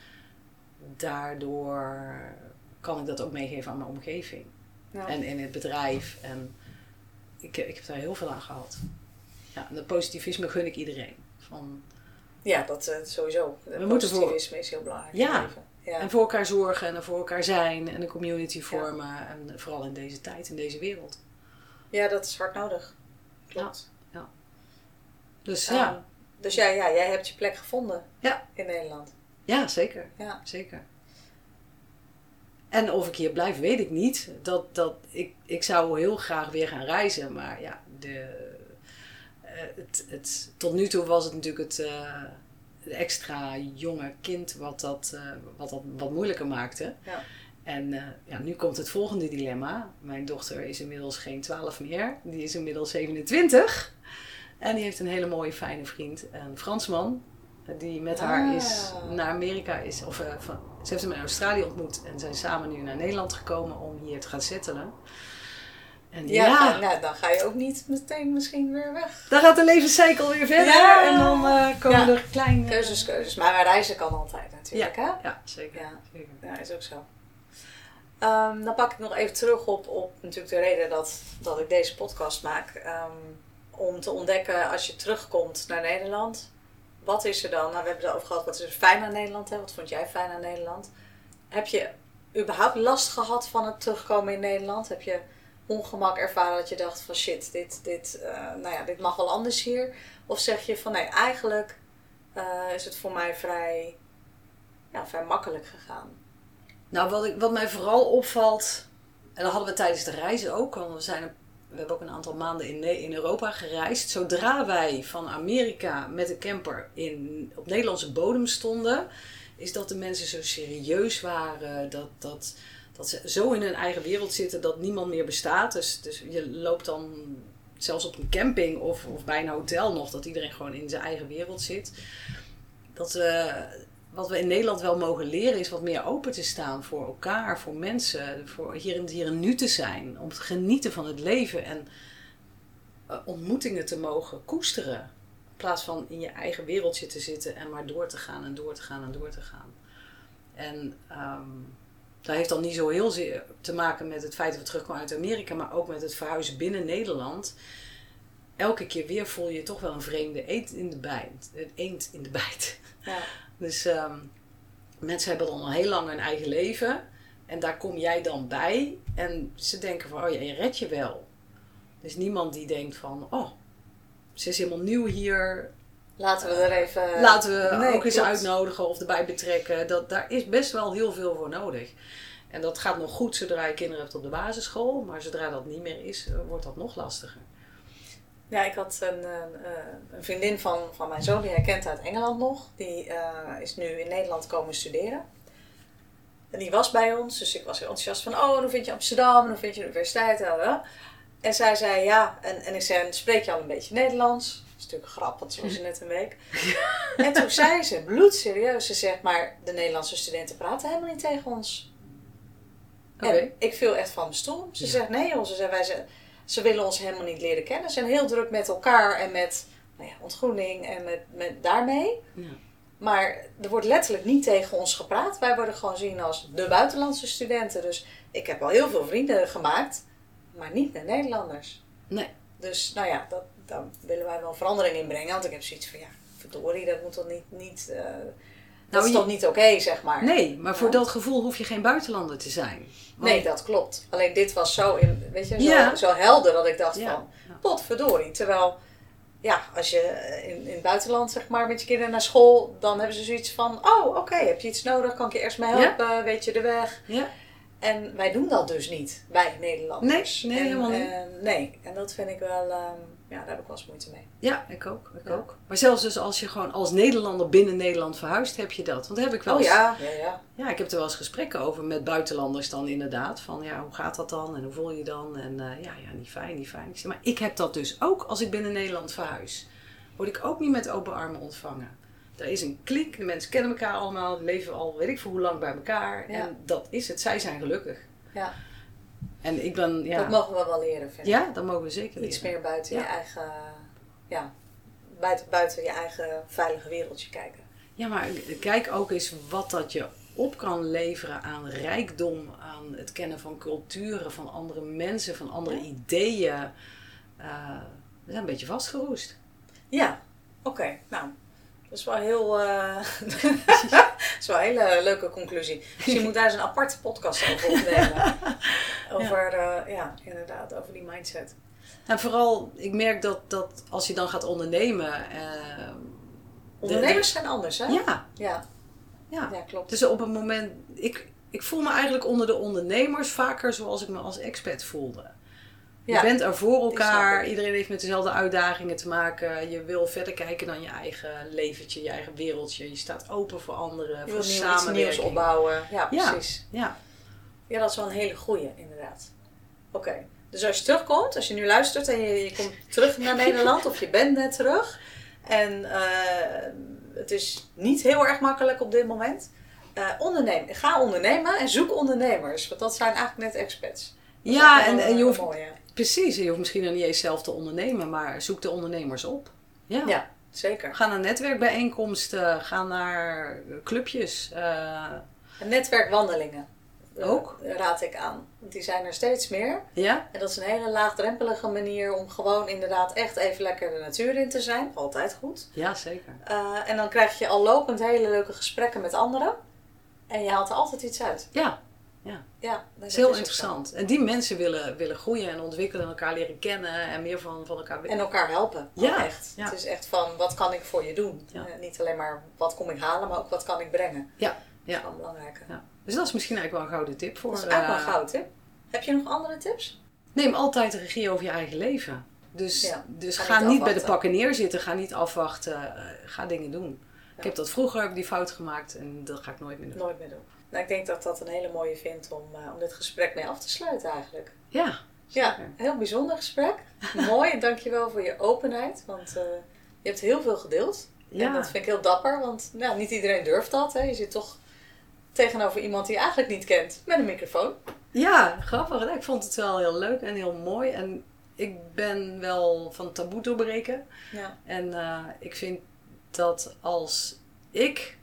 daardoor kan ik dat ook meegeven aan mijn omgeving. Ja. En in het bedrijf. En ik, ik heb daar heel veel aan gehad. Ja, en dat positivisme gun ik iedereen. Van, ja, dat uh, sowieso. We positivisme voor, is heel belangrijk ja, in het leven. Ja, en voor elkaar zorgen en voor elkaar zijn en een community vormen. Ja. En vooral in deze tijd, in deze wereld. Ja, dat is hard nodig. Klopt. Ja. ja. Dus um, ja. Dus ja, ja, jij hebt je plek gevonden ja. in Nederland. Ja, zeker. Ja. zeker. En of ik hier blijf, weet ik niet. Dat, dat, ik, ik zou heel graag weer gaan reizen. Maar ja, de, het, het, tot nu toe was het natuurlijk het, uh, het extra jonge kind wat dat, uh, wat, dat wat moeilijker maakte. Ja. En uh, ja, nu komt het volgende dilemma. Mijn dochter is inmiddels geen twaalf meer. Die is inmiddels zevenentwintig. En die heeft een hele mooie, fijne vriend. Een Fransman. Die met ah. haar is naar Amerika is. Of, uh, van, ze heeft hem in Australië ontmoet. En zijn samen nu naar Nederland gekomen om hier te gaan settelen. En ja, ja nou, dan ga je ook niet meteen misschien weer weg. Dan gaat de levenscykel weer verder. Ja. En dan uh, komen ja. er kleine... Keuzes, keuzes. Maar reizen kan altijd natuurlijk, ja. hè? Ja, zeker. Ja, zeker. Ja, is ook zo. Um, dan pak ik nog even terug op, op natuurlijk de reden dat, dat ik deze podcast maak. Um, om te ontdekken als je terugkomt naar Nederland. Wat is er dan? Nou, we hebben het over gehad. Wat is er fijn aan Nederland? Hè? Wat vond jij fijn aan Nederland? Heb je überhaupt last gehad van het terugkomen in Nederland? Heb je ongemak ervaren dat je dacht van shit, dit, dit, uh, nou ja, dit mag wel anders hier? Of zeg je van nee, eigenlijk uh, is het voor mij vrij, ja, vrij makkelijk gegaan? Nou, wat, ik, wat mij vooral opvalt, en dat hadden we tijdens de reizen ook, want we, zijn, we hebben ook een aantal maanden in, in Europa gereisd. Zodra wij van Amerika met de camper in, op Nederlandse bodem stonden, is dat de mensen zo serieus waren, dat, dat, dat ze zo in hun eigen wereld zitten dat niemand meer bestaat. Dus, dus je loopt dan zelfs op een camping of, of bij een hotel nog, dat iedereen gewoon in zijn eigen wereld zit. Dat we... Wat we in Nederland wel mogen leren is wat meer open te staan voor elkaar, voor mensen, voor hier en, hier en nu te zijn. Om te genieten van het leven en uh, ontmoetingen te mogen koesteren. In plaats van in je eigen wereldje te zitten en maar door te gaan en door te gaan en door te gaan. En um, dat heeft dan niet zo heel zeer te maken met het feit dat we terugkomen uit Amerika, maar ook met het verhuizen binnen Nederland. Elke keer weer voel je toch wel een vreemde eend in de bijt. Een eend in de bijt. Ja. Dus um, mensen hebben dan al heel lang een eigen leven. En daar kom jij dan bij. En ze denken van, oh ja, je redt je wel. Er is niemand die denkt van, oh, ze is helemaal nieuw hier. Laten we er even... Laten we nee, ook eens klopt. uitnodigen of erbij betrekken. Dat, daar is best wel heel veel voor nodig. En dat gaat nog goed zodra je kinderen hebt op de basisschool. Maar zodra dat niet meer is, wordt dat nog lastiger. Ja, ik had een, een, een vriendin van, van mijn zoon, die hij kent uit Engeland nog. Die uh, is nu in Nederland komen studeren. En die was bij ons, dus ik was heel enthousiast van, oh, dan vind je Amsterdam, dan vind je de universiteit. Hè. En zij zei, ja, en, en ik zei, spreek je al een beetje Nederlands? Dat is natuurlijk een grap, want ze was er net een week. En toen zei ze, bloedserieus, ze zegt, maar de Nederlandse studenten praten helemaal niet tegen ons. Okay. En ik viel echt van mijn stoel. Ze ja. zegt, nee joh, ze, zegt, wij ze, ze willen ons helemaal niet leren kennen. Ze zijn heel druk met elkaar en met nou ja, ontgroening en met, met daarmee. Ja. Maar er wordt letterlijk niet tegen ons gepraat. Wij worden gewoon gezien als de buitenlandse studenten. Dus ik heb al heel veel vrienden gemaakt, maar niet met Nederlanders. Nee. Dus nou ja, dat, daar willen wij wel verandering in brengen. Want ik heb zoiets van, ja, verdorie, dat moet toch niet... niet uh, dat nou, is toch je... niet oké, okay, zeg maar. Nee, maar voor ja. dat gevoel hoef je geen buitenlander te zijn. Want... Nee, dat klopt. Alleen dit was zo, in, weet je, zo, ja. zo helder dat ik dacht ja. van, potverdorie. Terwijl, ja, als je in, in het buitenland, zeg maar, met je kinderen naar school, dan hebben ze zoiets van, oh, oké, okay, heb je iets nodig? Kan ik je eerst mee helpen? Ja. Weet je de weg? Ja. En wij doen dat dus niet, wij Nederlanders. Nee, nee, en, helemaal niet. Uh, nee, en dat vind ik wel, um, ja, daar heb ik wel eens moeite mee. Ja, ik ook, ik ja. ook. Maar zelfs dus als je gewoon als Nederlander binnen Nederland verhuist, heb je dat. Want daar heb ik wel eens... Oh ja, ja, ja. Ja, ik heb er wel eens gesprekken over met buitenlanders dan inderdaad. Van ja, hoe gaat dat dan? En hoe voel je je dan? En uh, ja, ja, niet fijn, niet fijn. Ik zeg, maar ik heb dat dus ook als ik binnen Nederland verhuis. Word ik ook niet met open armen ontvangen. Er is een klik, de mensen kennen elkaar allemaal, leven al weet ik veel hoe lang bij elkaar. Ja. En dat is het, zij zijn gelukkig. Ja. En ik ben, ja... Dat mogen we wel leren, vind ik. Ja, dat mogen we zeker leren. Iets meer buiten ja. je eigen, ja, buiten, buiten je eigen veilige wereldje kijken. Ja, maar kijk ook eens wat dat je op kan leveren aan rijkdom, aan het kennen van culturen, van andere mensen, van andere ja. ideeën. Uh, we zijn een beetje vastgeroest. Ja, oké. Okay. Nou, dat is wel heel, uh, dat is wel een hele leuke conclusie. Dus je moet daar eens een aparte podcast over opnemen. Over, ja. Uh, ja, inderdaad, over die mindset. En vooral, ik merk dat, dat als je dan gaat ondernemen... Uh, Ondernemers de, zijn anders, hè? Ja. Ja. Ja. Ja, klopt. Dus op het moment... Ik, ik voel me eigenlijk onder de ondernemers vaker zoals ik me als expert voelde. Je Ja, bent er voor snap elkaar. ik. Iedereen heeft met dezelfde uitdagingen te maken. Je wil verder kijken dan je eigen leventje, je eigen wereldje. Je staat open voor anderen, Je voor wil nieuw, iets samenwerking. nieuws opbouwen. Ja, Ja. precies. Ja. Ja, dat is wel een hele goeie, inderdaad. Oké, dus als je terugkomt, als je nu luistert en je, je komt terug naar Nederland of je bent net terug en uh, het is niet heel erg makkelijk op dit moment. Uh, onderneem. Ga ondernemen en zoek ondernemers, want dat zijn eigenlijk net expats. Dat Ja, en, en je hoeft, mooie. precies, je hoeft misschien nog niet eens zelf te ondernemen, maar zoek de ondernemers op. Ja, ja zeker. Ga naar netwerkbijeenkomsten, ga naar clubjes. Uh, Netwerkwandelingen. Ook? Uh, raad ik aan. Want die zijn er steeds meer. Ja? En dat is een hele laagdrempelige manier om gewoon inderdaad echt even lekker de natuur in te zijn. Altijd goed. Ja, zeker. Uh, en dan krijg je al lopend hele leuke gesprekken met anderen. En je haalt er altijd iets uit. Ja. Ja. Ja, dat is heel is interessant. En die mensen willen, willen groeien en ontwikkelen en elkaar leren kennen en meer van, van elkaar en elkaar helpen. Ja. Echt. Ja. Het is echt van, wat kan ik voor je doen? Ja. Uh, niet alleen maar, wat kom ik halen, maar ook wat kan ik brengen. Ja. Dat is wel belangrijk. Ja. Dus dat is misschien eigenlijk wel een gouden tip voor... Dat is eigenlijk wel een gouden tip. Heb je nog andere tips? Neem altijd de regie over je eigen leven. Dus ga, dus ga, ga niet, niet bij de pakken neerzitten, ga niet afwachten, uh, ga dingen doen. Ja. Ik heb dat vroeger, heb ik die fout gemaakt en dat ga ik nooit meer doen. Nooit meer doen. Nou, ik denk dat dat een hele mooie vindt om, uh, om dit gesprek mee af te sluiten eigenlijk. Ja. Ja, een heel bijzonder gesprek. Mooi, dankjewel voor je openheid, want uh, je hebt heel veel gedeeld. Ja. En dat vind ik heel dapper, want nou, niet iedereen durft dat. Hè. Je zit toch tegenover iemand die je eigenlijk niet kent, met een microfoon. Ja, grappig. Ik vond het wel heel leuk en heel mooi. En ik ben wel van taboe doorbreken. Ja. En uh, ik vind dat als ik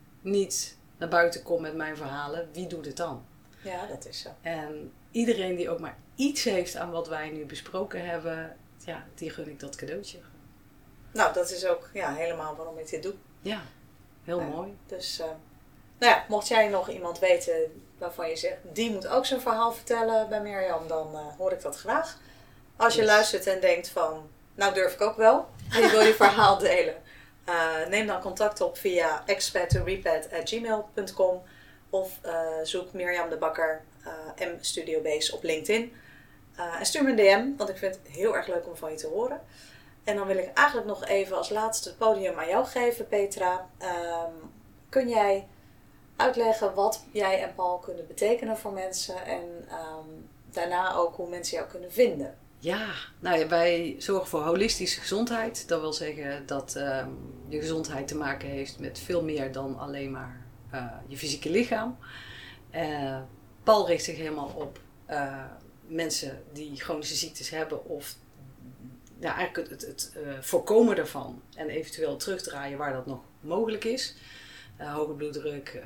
niet naar buiten kom met mijn verhalen, wie doet het dan? Ja, dat is zo. En iedereen die ook maar iets heeft aan wat wij nu besproken hebben, ja, die gun ik dat cadeautje. Nou, dat is ook ja, helemaal waarom ik dit doe. Ja, heel ja, mooi. Dus, uh, nou ja, mocht jij nog iemand weten waarvan je zegt, die moet ook zijn verhaal vertellen bij Mirjam, dan uh, hoor ik dat graag. Als je yes. luistert en denkt van, nou durf ik ook wel, en je wil je verhaal delen. Uh, neem dan contact op via expat to repat at gmail dot com of uh, zoek Mirjam de Bakker uh, M Studio Base op LinkedIn. Uh, en stuur me een D M, want ik vind het heel erg leuk om van je te horen. En dan wil ik eigenlijk nog even als laatste het podium aan jou geven, Petra. Um, kun jij uitleggen wat jij en Paul kunnen betekenen voor mensen en um, daarna ook hoe mensen jou kunnen vinden? Ja, nou ja, wij zorgen voor holistische gezondheid. Dat wil zeggen dat um, je gezondheid te maken heeft met veel meer dan alleen maar uh, je fysieke lichaam. Uh, Paul richt zich helemaal op uh, mensen die chronische ziektes hebben of ja, eigenlijk het, het, het uh, voorkomen daarvan en eventueel terugdraaien waar dat nog mogelijk is. Uh, hoge bloeddruk,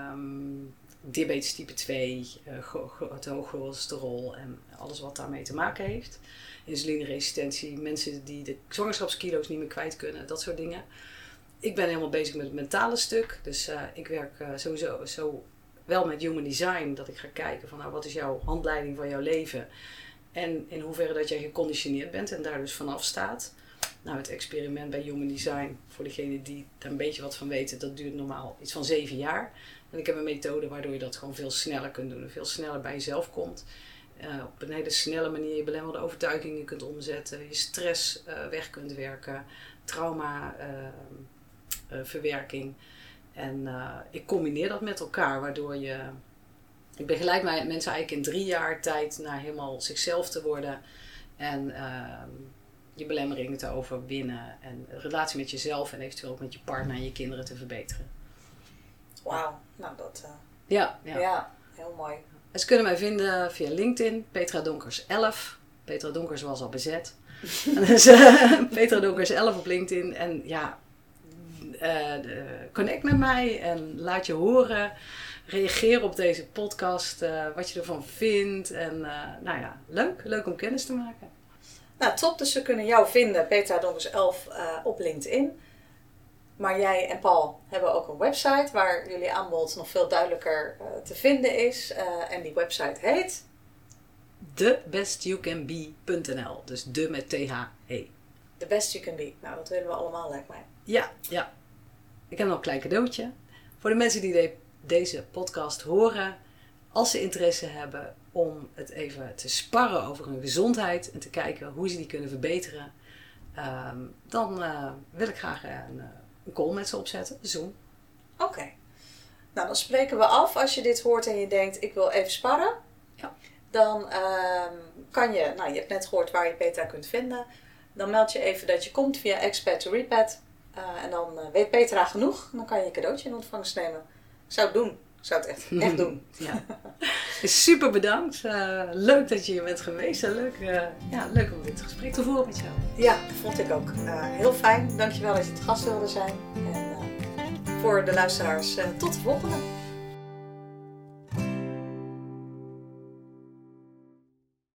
um, diabetes type twee, uh, go- go- het hoge cholesterol en alles wat daarmee te maken heeft. Insulineresistentie, mensen die de zwangerschapskilo's niet meer kwijt kunnen, dat soort dingen. Ik ben helemaal bezig met het mentale stuk, dus uh, ik werk uh, sowieso zo wel met human design, dat ik ga kijken van nou, wat is jouw handleiding van jouw leven en in hoeverre dat jij geconditioneerd bent en daar dus vanaf staat. Nou, het experiment bij Human Design, voor degenen die daar een beetje wat van weten, dat duurt normaal iets van zeven jaar. En ik heb een methode waardoor je dat gewoon veel sneller kunt doen en veel sneller bij jezelf komt. Uh, op een hele snelle manier je belemmerde overtuigingen kunt omzetten, je stress uh, weg kunt werken, trauma uh, uh, verwerking. En uh, ik combineer dat met elkaar, waardoor je... Ik begeleid mij mensen eigenlijk in drie jaar tijd naar helemaal zichzelf te worden en uh, je belemmeringen te overwinnen en de relatie met jezelf en eventueel ook met je partner en je kinderen te verbeteren. Wauw, nou dat... Uh... Ja, ja. ja, heel mooi. En ze kunnen mij vinden via LinkedIn, Petra Donkers elf. Petra Donkers was al bezet. dus, uh, Petra Donkers elf op LinkedIn. En ja, uh, de, connect met mij en laat je horen. Reageer op deze podcast, uh, wat je ervan vindt. En uh, nou ja, leuk. Leuk om kennis te maken. Nou, top. Dus ze kunnen jou vinden, Petra Donkers elf, uh, op LinkedIn. Maar jij en Paul hebben ook een website waar jullie aanbod nog veel duidelijker uh, te vinden is. Uh, en die website heet... the best you can be punt n l. Dus de met T H E. The best you can be. Nou, dat willen we allemaal, lijkt mij. Ja, ja. Ik heb nog een klein cadeautje. Voor de mensen die de, deze podcast horen, als ze interesse hebben om het even te sparren over hun gezondheid en te kijken hoe ze die kunnen verbeteren, um, dan uh, wil ik graag een, een call met ze opzetten, Zoom. Oké. Okay. Nou, dan spreken we af. Als je dit hoort en je denkt, ik wil even sparren, ja. dan uh, kan je, nou je hebt net gehoord waar je Petra kunt vinden. Dan meld je even dat je komt via Expert to Repet. Uh, en dan uh, weet Petra genoeg. Dan kan je een cadeautje in ontvangst nemen. Ik zou het doen. Ik zou het echt, echt doen. Ja. Super bedankt. Uh, leuk dat je hier bent geweest. En leuk, uh, ja, leuk om dit gesprek te voeren met jou. Ja, vond ik ook. Uh, heel fijn. Dankjewel dat je te gast wilde zijn. En uh, voor de luisteraars, uh, tot de volgende.